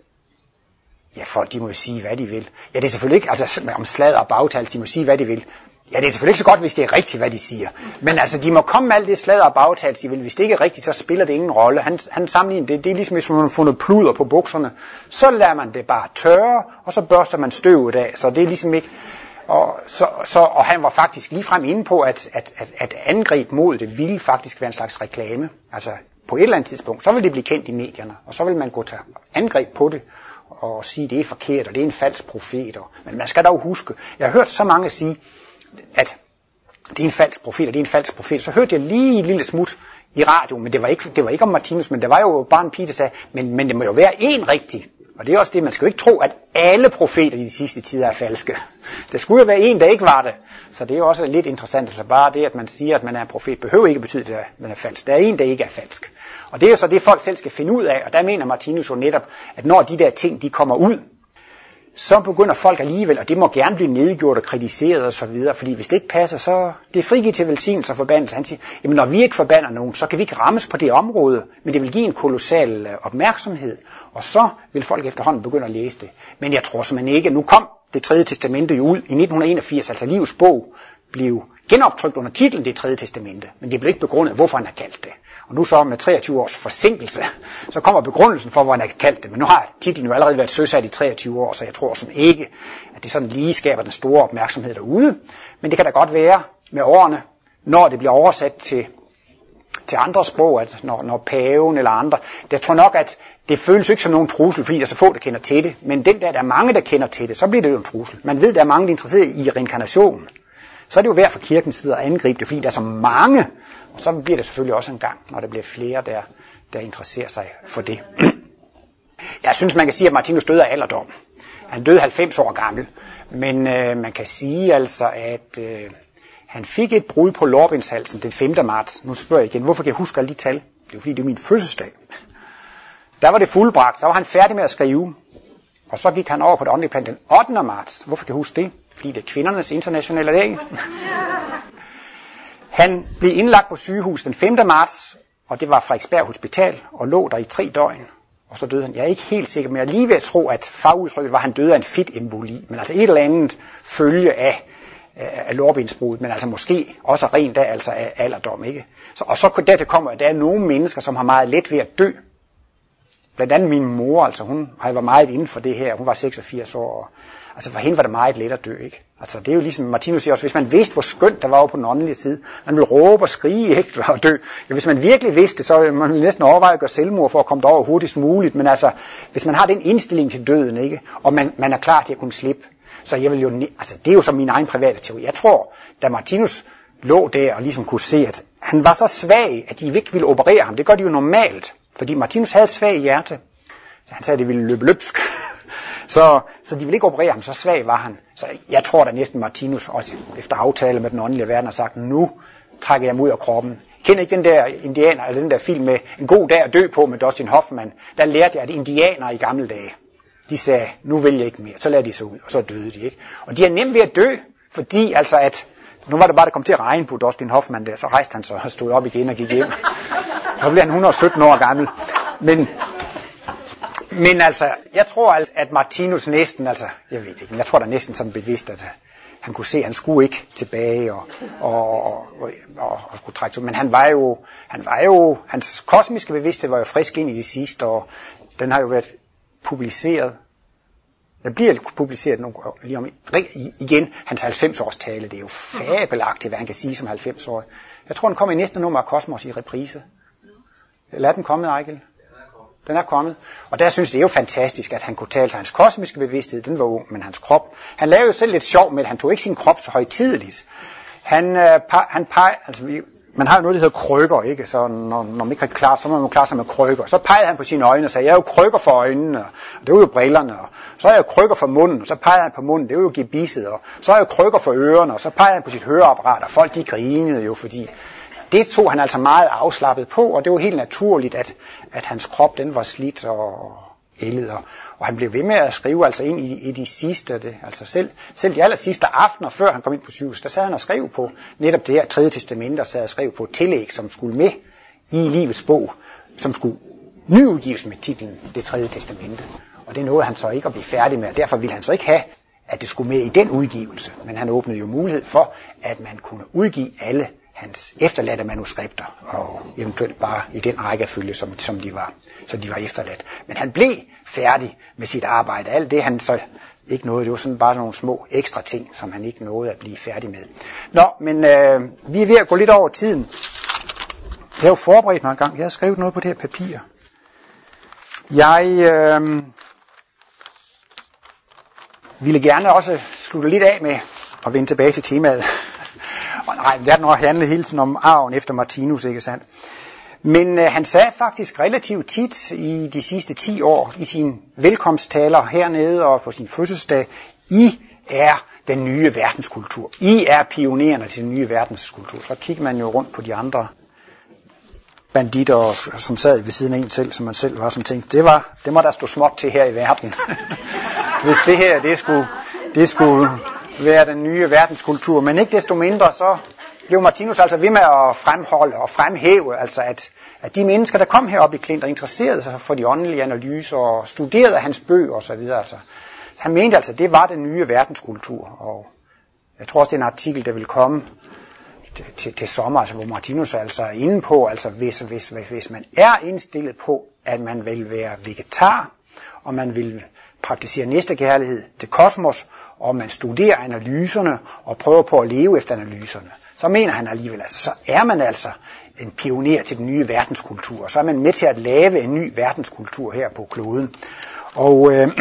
[SPEAKER 1] ja, folk, de må jo sige, hvad de vil. Ja, det er selvfølgelig ikke, altså om sladder og bagtals, de må sige, hvad de vil. Ja, det er selvfølgelig ikke så godt, hvis det er rigtigt, hvad de siger. Men altså, de må komme med alt det sladder og bagtals, de vil. Hvis det ikke er rigtigt, så spiller det ingen rolle. Han, han sammenligner det, det er ligesom, hvis man har fundet pluder på bukserne. Så lader man det bare tørre, og så børster man støvet af. Så det er ligesom ikke... Og, så, så, og han var faktisk ligefrem inde på, at, at, at, at angreb mod det ville faktisk være en slags reklame. Altså, på et eller andet tidspunkt, så vil det blive kendt i medierne, og så vil man gå til angreb på det, og sige, at det er forkert, og det er en falsk profet. Og, men man skal dog huske, jeg har hørt så mange sige, at det er en falsk profet, og det er en falsk profet. Så hørte jeg lige et lille smut i radio, men det var ikke, det var ikke om Martinus, men det var jo bare en pige, der sagde, men, men det må jo være en rigtig. Og det er også det, man skal jo ikke tro, at alle profeter i de sidste tider er falske. Det skulle jo være en, der ikke var det. Så det er jo også lidt interessant. Altså bare det, at man siger, at man er en profet, behøver ikke betyde, at man er falsk. Der er en, der ikke er falsk. Og det er jo så det, folk selv skal finde ud af. Og der mener Martinus jo netop, at når de der ting, de kommer ud, så begynder folk alligevel, og det må gerne blive nedgjort og kritiseret og så videre, fordi hvis det ikke passer, så det er frigivet til velsignelse og forbandelse. Han siger, jamen når vi ikke forbander nogen, så kan vi ikke rammes på det område, men det vil give en kolossal opmærksomhed, og så vil folk efterhånden begynde at læse det. Men jeg tror simpelthen ikke, nu kom det tredje testamente jo ud i nitten enogfirs, altså Livs bog blev genoptrykt under titlen Det tredje testamente, men det blev ikke begrundet, hvorfor han har kaldt det. Og nu så med treogtyve års forsinkelse, så kommer begrundelsen for, hvor han har kaldt det. Men nu har titlen jo allerede været søsat i treogtyve år, så jeg tror som ikke, at det sådan lige skaber den store opmærksomhed derude. Men det kan da godt være med årene, når det bliver oversat til, til andre sprog, at når, når paven eller andre, det tror nok, at det føles ikke som nogen trussel, fordi der er så få, der kender til det. Men den der, der er mange, der kender til det, så bliver det jo en trussel. Man ved, der er mange, der er interesseret i reinkarnationen. Så er det jo værd for kirkens side at angribe det, fordi der er så mange. Og så bliver det selvfølgelig også en gang, når der bliver flere, der, der interesserer sig for det. Jeg synes, man kan sige, at Martinus døde af alderdom. Han døde halvfems år gammel. Men øh, man kan sige altså, at øh, han fik et brud på lårbenshalsen den femte marts. Nu spørger jeg igen, hvorfor kan jeg huske alle de tal? Det er fordi, det er min fødselsdag. Der var det fuldbragt, så var han færdig med at skrive. Og så gik han over på det åndelige plan den ottende marts. Hvorfor kan jeg huske det? Fordi det er kvindernes internationale dag. Han blev indlagt på sygehus den femte marts, og det var Frederiksberg Hospital, og lå der i tre døgn. Og så døde han. Jeg er ikke helt sikker, men jeg er lige ved at tro, at fagudtrykket var, at han døde af en fedtemboli. Men altså et eller andet følge af, af lårbensbruddet, men altså måske også rent af, altså af alderdom, ikke? Så, og så dertil kommer, at der er nogle mennesker, som har meget let ved at dø. Blandt andet min mor, altså hun har været meget inden for det her. Hun var seksogfirs år, og altså for hende var det meget let at dø, ikke? Altså det er jo ligesom Martinus siger også, hvis man vidste, hvor skønt der var på den åndelige side, man ville råbe og skrige, ikke, og dø. Ja, hvis man virkelig vidste det, så man ville næsten overveje at gøre selvmord for at komme derover hurtigst muligt. Men altså, hvis man har den indstilling til døden, ikke, og man, man er klar til at kunne slippe, så jeg vil jo, altså det er jo så min egen private teori. Jeg tror, da Martinus lå der og ligesom kunne se, at han var så svag, at de ikke ville operere ham. Det gør de jo normalt, fordi Martinus havde et svagt hjerte. Han sagde, at det ville løbe løbsk. Så, så de ville ikke operere ham, så svag var han. Så jeg tror da næsten Martinus, også efter aftale med den åndelige verden, har sagt, nu trækker jeg mig ud af kroppen. Kender ikke den der indianer, eller den der film med En god dag at dø på med Dustin Hoffman? Der lærte jeg, at indianere i gamle dage, de sagde, nu vil jeg ikke mere. Så lagde de sig ud, og så døde de, ikke? Og de er nemt ved at dø, fordi altså at, nu var det bare, det kom til at regne på Dustin Hoffman der, så rejste han så og stod op igen og gik hjem. Så blev han et hundrede og sytten år gammel. Men... Men altså, jeg tror altså, at Martinus næsten, altså, jeg ved ikke, men jeg tror da næsten sådan bevidst, at han kunne se, at han skulle ikke tilbage og, og, og, og, og skulle trække sig. Men han var jo, han var jo, hans kosmiske bevidsthed var jo frisk ind i det sidste, og den har jo været publiceret. Der bliver publiceret nogle, lige om igen, hans halvfems års tale, det er jo fabelagtigt, hvad han kan sige som halvfems år. Jeg tror, den kommer i næste nummer af Kosmos i reprise. Lad den komme, Ejgil. Den er kommet. Og der synes det er jo fantastisk, at han kunne tale til hans kosmiske bevidsthed. Den var ung, men hans krop. Han lavede jo selv lidt sjov med, at han tog ikke sin krop så højtideligt. Han, øh, han peg, altså vi, man har jo noget, der hedder krykker, ikke? Så når, når man ikke kan klare, så må man klare sig med krykker. Så pegede han på sine øjne og sagde, jeg er jo krykker for øjnene, og det er jo brillerne. Og så er jeg jo krykker for munden, og så pegede han på munden, det er jo gebisset. Og så er jeg jo krykker for ørerne, og så pegede han på sit høreapparat, og folk de grinede jo, fordi... Det tog han altså meget afslappet på, og det var helt naturligt, at, at hans krop den var slidt og ældet. Og, og han blev ved med at skrive altså ind i, i de sidste, det, altså selv, selv de aller sidste aftener, før han kom ind på sygehus, der sad han og skrev på netop det her tredje testamente, og sad og skrev på et tillæg, som skulle med i livets bog, som skulle nyudgives med titlen Det tredje testamente. Og det nåede han så ikke at blive færdig med, og derfor ville han så ikke have, at det skulle med i den udgivelse. Men han åbnede jo mulighed for, at man kunne udgive alle hans efterladte manuskripter, og eventuelt bare i den rækkefølge, som, som, de var, som de var efterladt. Men han blev færdig med sit arbejde. Alt det han så ikke nåede, det var sådan bare nogle små ekstra ting, som han ikke nåede at blive færdig med. Nå, men øh, vi er ved at gå lidt over tiden. Jeg har jo forberedt mig en gang. Jeg har skrevet noget på det her papir. Jeg øh, ville gerne også slutte lidt af med at vende tilbage til temaet. Og nej, det har nok handlet hele tiden om arven efter Martinus, ikke sandt? Men øh, han sagde faktisk relativt tit i de sidste ti år, i sine velkomsttaler hernede og på sin fødselsdag, I er den nye verdenskultur. I er pionererne til den nye verdenskultur. Så kigger man jo rundt på de andre banditter, som sad ved siden af en selv, som man selv var sådan tænkt, det var, det må der stå småt til her i verden. Hvis det her, det skulle, det skulle være den nye verdenskultur. Men ikke desto mindre, så blev Martinus altså ved med at fremholde og fremhæve, altså at, at de mennesker, der kom herop i Klint og interesserede sig for de åndelige analyser og studerede hans bøger osv., altså, han mente altså, at det var den nye verdenskultur. Og jeg tror også, det er en artikel, der vil komme til, til, til sommer, altså, hvor Martinus altså er inde på, altså hvis, hvis, hvis, hvis man er indstillet på, at man vil være vegetar, og man vil praktisere næstekærlighed til kosmos, og man studerer analyserne og prøver på at leve efter analyserne, så mener han alligevel, altså, så er man altså en pioner til den nye verdenskultur, så er man med til at lave en ny verdenskultur her på kloden. Og øh,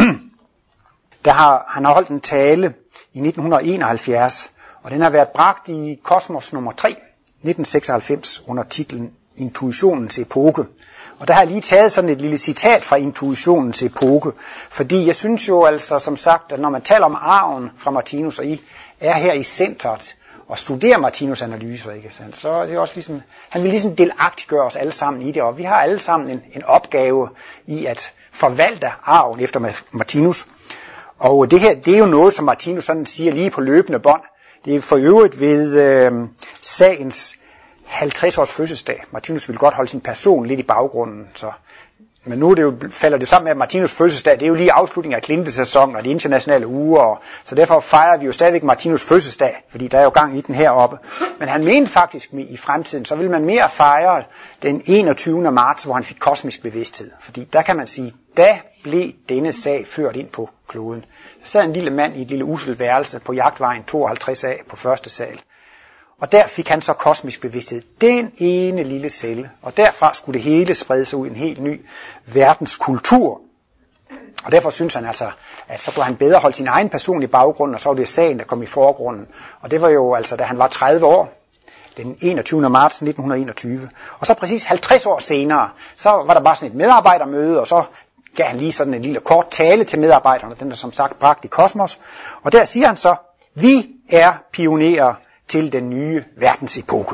[SPEAKER 1] der har, han har holdt en tale i nitten enoghalvfjerds, og den har været bragt i Kosmos nummer tre, nitten seksoghalvfems, under titlen Intuitionens epoke. Og der har jeg lige taget sådan et lille citat fra Intuitionens epoke, fordi jeg synes jo altså, som sagt, at når man taler om arven fra Martinus, og I er her i centret og studerer Martinus' analyser, ikke sandt, så er det også ligesom, han vil ligesom delagtiggøre os alle sammen i det, og vi har alle sammen en, en opgave i at forvalte arven efter Martinus. Og det her, det er jo noget, som Martinus sådan siger lige på løbende bånd. Det er for øvrigt ved øh, sagens halvtreds års fødselsdag. Martinus ville godt holde sin person lidt i baggrunden, så. Men nu det jo, falder det sammen med, at Martinus' fødselsdag, det er jo lige afslutningen af Klintesæsonen og de internationale uger, og, så derfor fejrer vi jo stadigvæk Martinus' fødselsdag, fordi der er jo gang i den heroppe. Men han mente faktisk, at i fremtiden, så vil man mere fejre den enogtyvende marts, hvor han fik kosmisk bevidsthed. Fordi der kan man sige, da blev denne sag ført ind på kloden. Der sad en lille mand i et lille uselt værelse på Jagtvejen tooghalvtreds A på første sal. Og der fik han så kosmisk bevidsthed, den ene lille celle. Og derfra skulle det hele sprede sig ud i en helt ny verdenskultur. Og derfor synes han altså, at så kunne han bedre holde sin egen person i baggrunden, og så var det sagen, der kom i forgrunden. Og det var jo altså, da han var tredive år, den enogtyvende marts nitten enogtyve. Og så præcis halvtreds år senere, så var der bare sådan et medarbejdermøde, og så gav han lige sådan en lille kort tale til medarbejderne, den der som sagt bragt i Kosmos. Og der siger han så, vi er pionerer til den nye verdensepoke.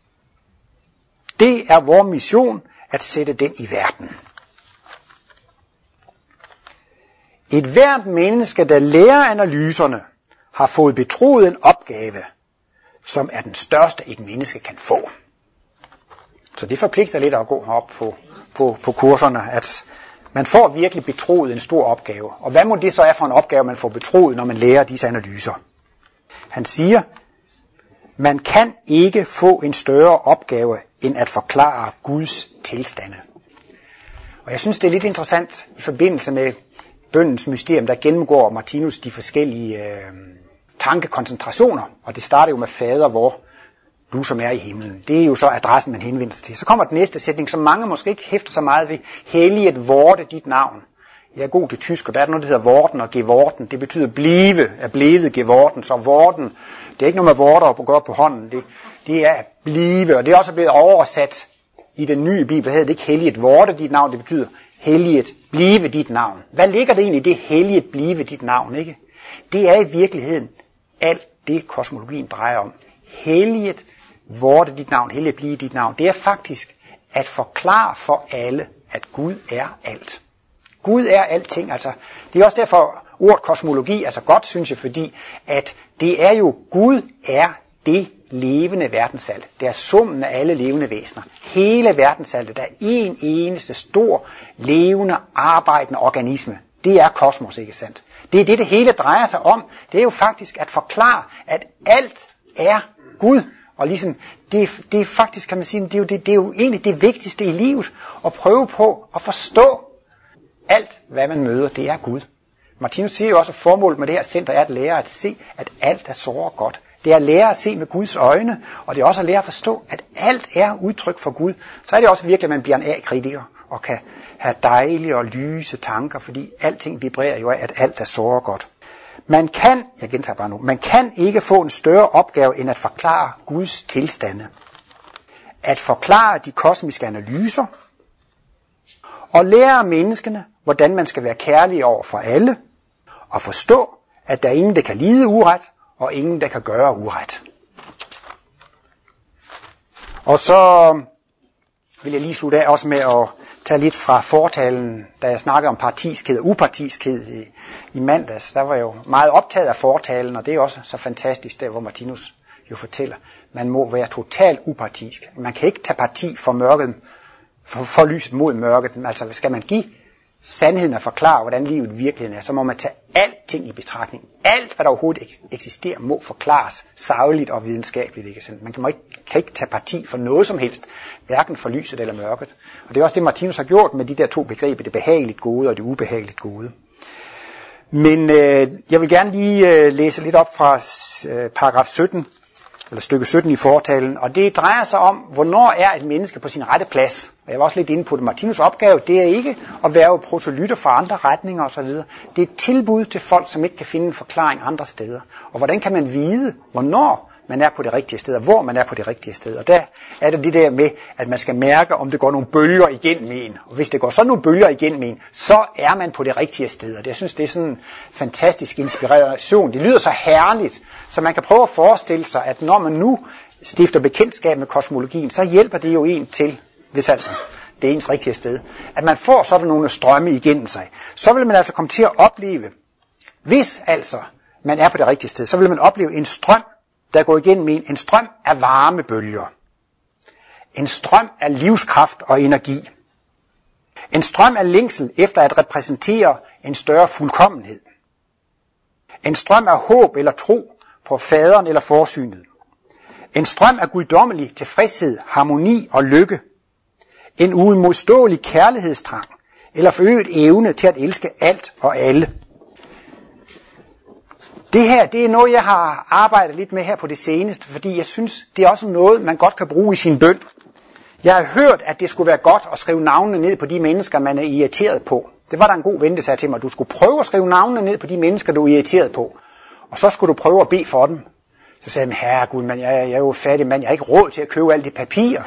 [SPEAKER 1] Det er vores mission at sætte den i verden. Et hvert menneske, der lærer analyserne, har fået betroet en opgave, som er den største, et menneske kan få. Så det forpligter lidt at gå op på, på, på kurserne, at man får virkelig betroet en stor opgave. Og hvad må det så er for en opgave, man får betroet, når man lærer disse analyser? Han siger, man kan ikke få en større opgave, end at forklare Guds tilstande. Og jeg synes, det er lidt interessant i forbindelse med bønnens mysterium, der gennemgår Martinus de forskellige øh, tankekoncentrationer. Og det starter jo med fader, hvor du som er i himlen. Det er jo så adressen, man henvender sig til. Så kommer den næste sætning, som mange måske ikke hæfter så meget ved. Helliget vorte dit navn. Jeg er god til tysk, og der er noget, der hedder vorten og gevorten. Det betyder blive, er blevet gevorten. Så vorten, det er ikke noget med vorter at gøre på hånden. Det, det er at blive, og det er også blevet oversat i den nye bibel. Der hedder det ikke helliget vorte dit navn, det betyder helliget blive dit navn. Hvad ligger det egentlig i det helliget blive dit navn, ikke? Det er i virkeligheden alt det, kosmologien drejer om. Helliget vorte dit navn, helliget blive dit navn. Det er faktisk at forklare for alle, at Gud er alt. Gud er alting, altså. Det er også derfor ordet kosmologi er så godt, synes jeg, fordi at det er jo, Gud er det levende verdensalt. Det er summen af alle levende væsener. Hele verdensaltet, der er en eneste stor, levende, arbejdende organisme. Det er kosmos, ikke sandt? Det er det, det hele drejer sig om. Det er jo faktisk at forklare, at alt er Gud. Og ligesom, det, det er faktisk, kan man sige, det er, jo, det, det er jo egentlig det vigtigste i livet, at prøve på at forstå alt, hvad man møder, det er Gud. Martinus siger jo også, at formålet med det her center er at lære at se, at alt er såre godt. Det er at lære at se med Guds øjne, og det er også at lære at forstå, at alt er udtryk for Gud. Så er det også virkelig, at man bliver en A-kritiker og kan have dejlige og lyse tanker, fordi alting vibrerer jo af, at alt er såre godt. Man kan, jeg gentager bare nu, man kan ikke få en større opgave, end at forklare Guds tilstande. At forklare de kosmiske analyser, og lære menneskene, hvordan man skal være kærlig over for alle, og forstå, at der er ingen, der kan lide uret, og ingen, der kan gøre uret. Og så vil jeg lige slutte af også med at tage lidt fra fortalen, da jeg snakkede om partiskhed og upartiskhed i, i mandags. Der var jeg jo meget optaget af fortalen, og det er også så fantastisk, der hvor Martinus jo fortæller, man må være totalt upartisk. Man kan ikke tage parti for mørket, for, for lyset mod mørket. Altså skal man give sandheden at forklare, hvordan livet i virkeligheden er, så må man tage alting i betragtning. Alt, hvad der overhovedet eksisterer, må forklares sagligt og videnskabeligt. Ikke? Man kan ikke, kan ikke tage parti for noget som helst, hverken for lyset eller mørket. Og det er også det, Martinus har gjort med de der to begreber, det behageligt gode og det ubehageligt gode. Men øh, jeg vil gerne lige øh, læse lidt op fra øh, paragraf sytten, eller stykke sytten i fortalen, og det drejer sig om, hvornår er et menneske på sin rette plads. Og jeg var også lidt inde på det. Martinus' opgave, det er ikke at være proselytter fra andre retninger osv. Det er et tilbud til folk, som ikke kan finde en forklaring andre steder. Og hvordan kan man vide, hvornår man er på det rigtige sted, og hvor man er på det rigtige sted. Og der er det det der med, at man skal mærke, om det går nogle bølger igennem en. Og hvis det går sådan nogle bølger igennem en, så er man på det rigtige sted. Og det, jeg synes, det er sådan en fantastisk inspiration. Det lyder så herligt, så man kan prøve at forestille sig, at når man nu stifter bekendtskab med kosmologien, så hjælper det jo en til, hvis altså det er ens rigtige sted, at man får sådan nogle strømme igennem sig. Så vil man altså komme til at opleve, hvis altså man er på det rigtige sted, så vil man opleve en strøm, der går igennem en, en strøm af varmebølger. En strøm af livskraft og energi. En strøm af længsel efter at repræsentere en større fuldkommenhed. En strøm af håb eller tro på faderen eller forsynet. En strøm af guddommelig tilfredshed, harmoni og lykke. En uimodståelig kærlighedstrang eller forøget evne til at elske alt og alle. Det her, det er noget, jeg har arbejdet lidt med her på det seneste, fordi jeg synes, det er også noget, man godt kan bruge i sin bøn. Jeg har hørt, at det skulle være godt at skrive navnene ned på de mennesker, man er irriteret på. Det var der en god ven, der sagde til mig, du skulle prøve at skrive navnene ned på de mennesker, du er irriteret på. Og så skulle du prøve at bede for dem. Så sagde jeg, herregud, man, jeg, jeg er jo fattig mand, jeg har ikke råd til at købe alt det papir.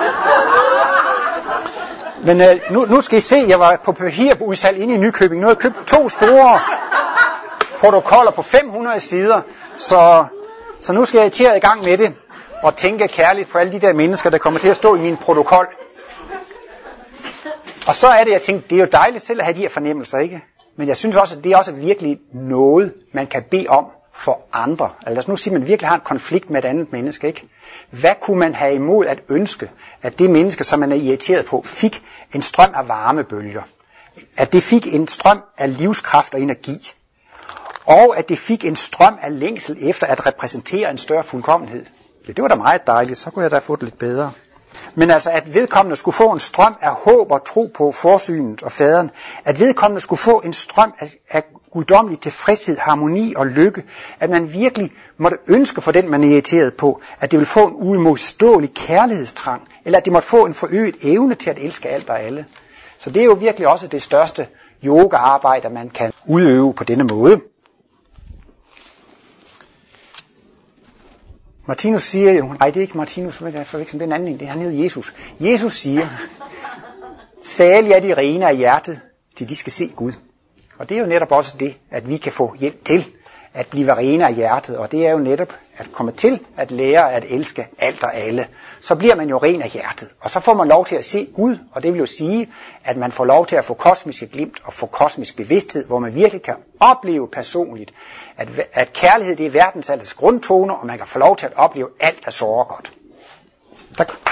[SPEAKER 1] Men øh, nu, nu skal I se, jeg var på papirudsalg inde i Nykøbing. Nu har jeg købt to store protokoller på fem hundrede sider, så, så nu skal jeg til at i gang med det, og tænke kærligt på alle de der mennesker, der kommer til at stå i min protokol. Og så er det, jeg tænkte, det er jo dejligt selv at have de her fornemmelser, ikke? Men jeg synes også, at det er også virkelig noget, man kan bede om for andre. Altså nu siger man virkelig har en konflikt med et andet menneske, ikke? Hvad kunne man have imod at ønske, at det menneske, som man er irriteret på, fik en strøm af varmebølger? At det fik en strøm af livskraft og energi? Og at det fik en strøm af længsel efter at repræsentere en større fuldkommenhed. Ja, det var da meget dejligt, så kunne jeg da få det lidt bedre. Men altså, at vedkommende skulle få en strøm af håb og tro på forsynet og faderen. At vedkommende skulle få en strøm af, af guddommelig tilfredshed, harmoni og lykke. At man virkelig måtte ønske for den, man er irriteret på, at det ville få en uimodståelig kærlighedstrang. Eller at det måtte få en forøget evne til at elske alt og alle. Så det er jo virkelig også det største yoga-arbejde, man kan udøve på denne måde. Martinus siger jo, nej det er ikke Martinus, det er forvekslet den anden, det er han hedder Jesus. Jesus siger, salige er de rene af hjertet, til de skal se Gud. Og det er jo netop også det, at vi kan få hjælp til at blive rene af hjertet, og det er jo netop at komme til at lære at elske alt og alle. Så bliver man jo ren af hjertet, og så får man lov til at se Gud, og det vil jo sige, at man får lov til at få kosmiske glimt og få kosmisk bevidsthed, hvor man virkelig kan opleve personligt, at, at kærlighed det er verdens alles grundtoner, og man kan få lov til at opleve alt, der sårer godt. Tak.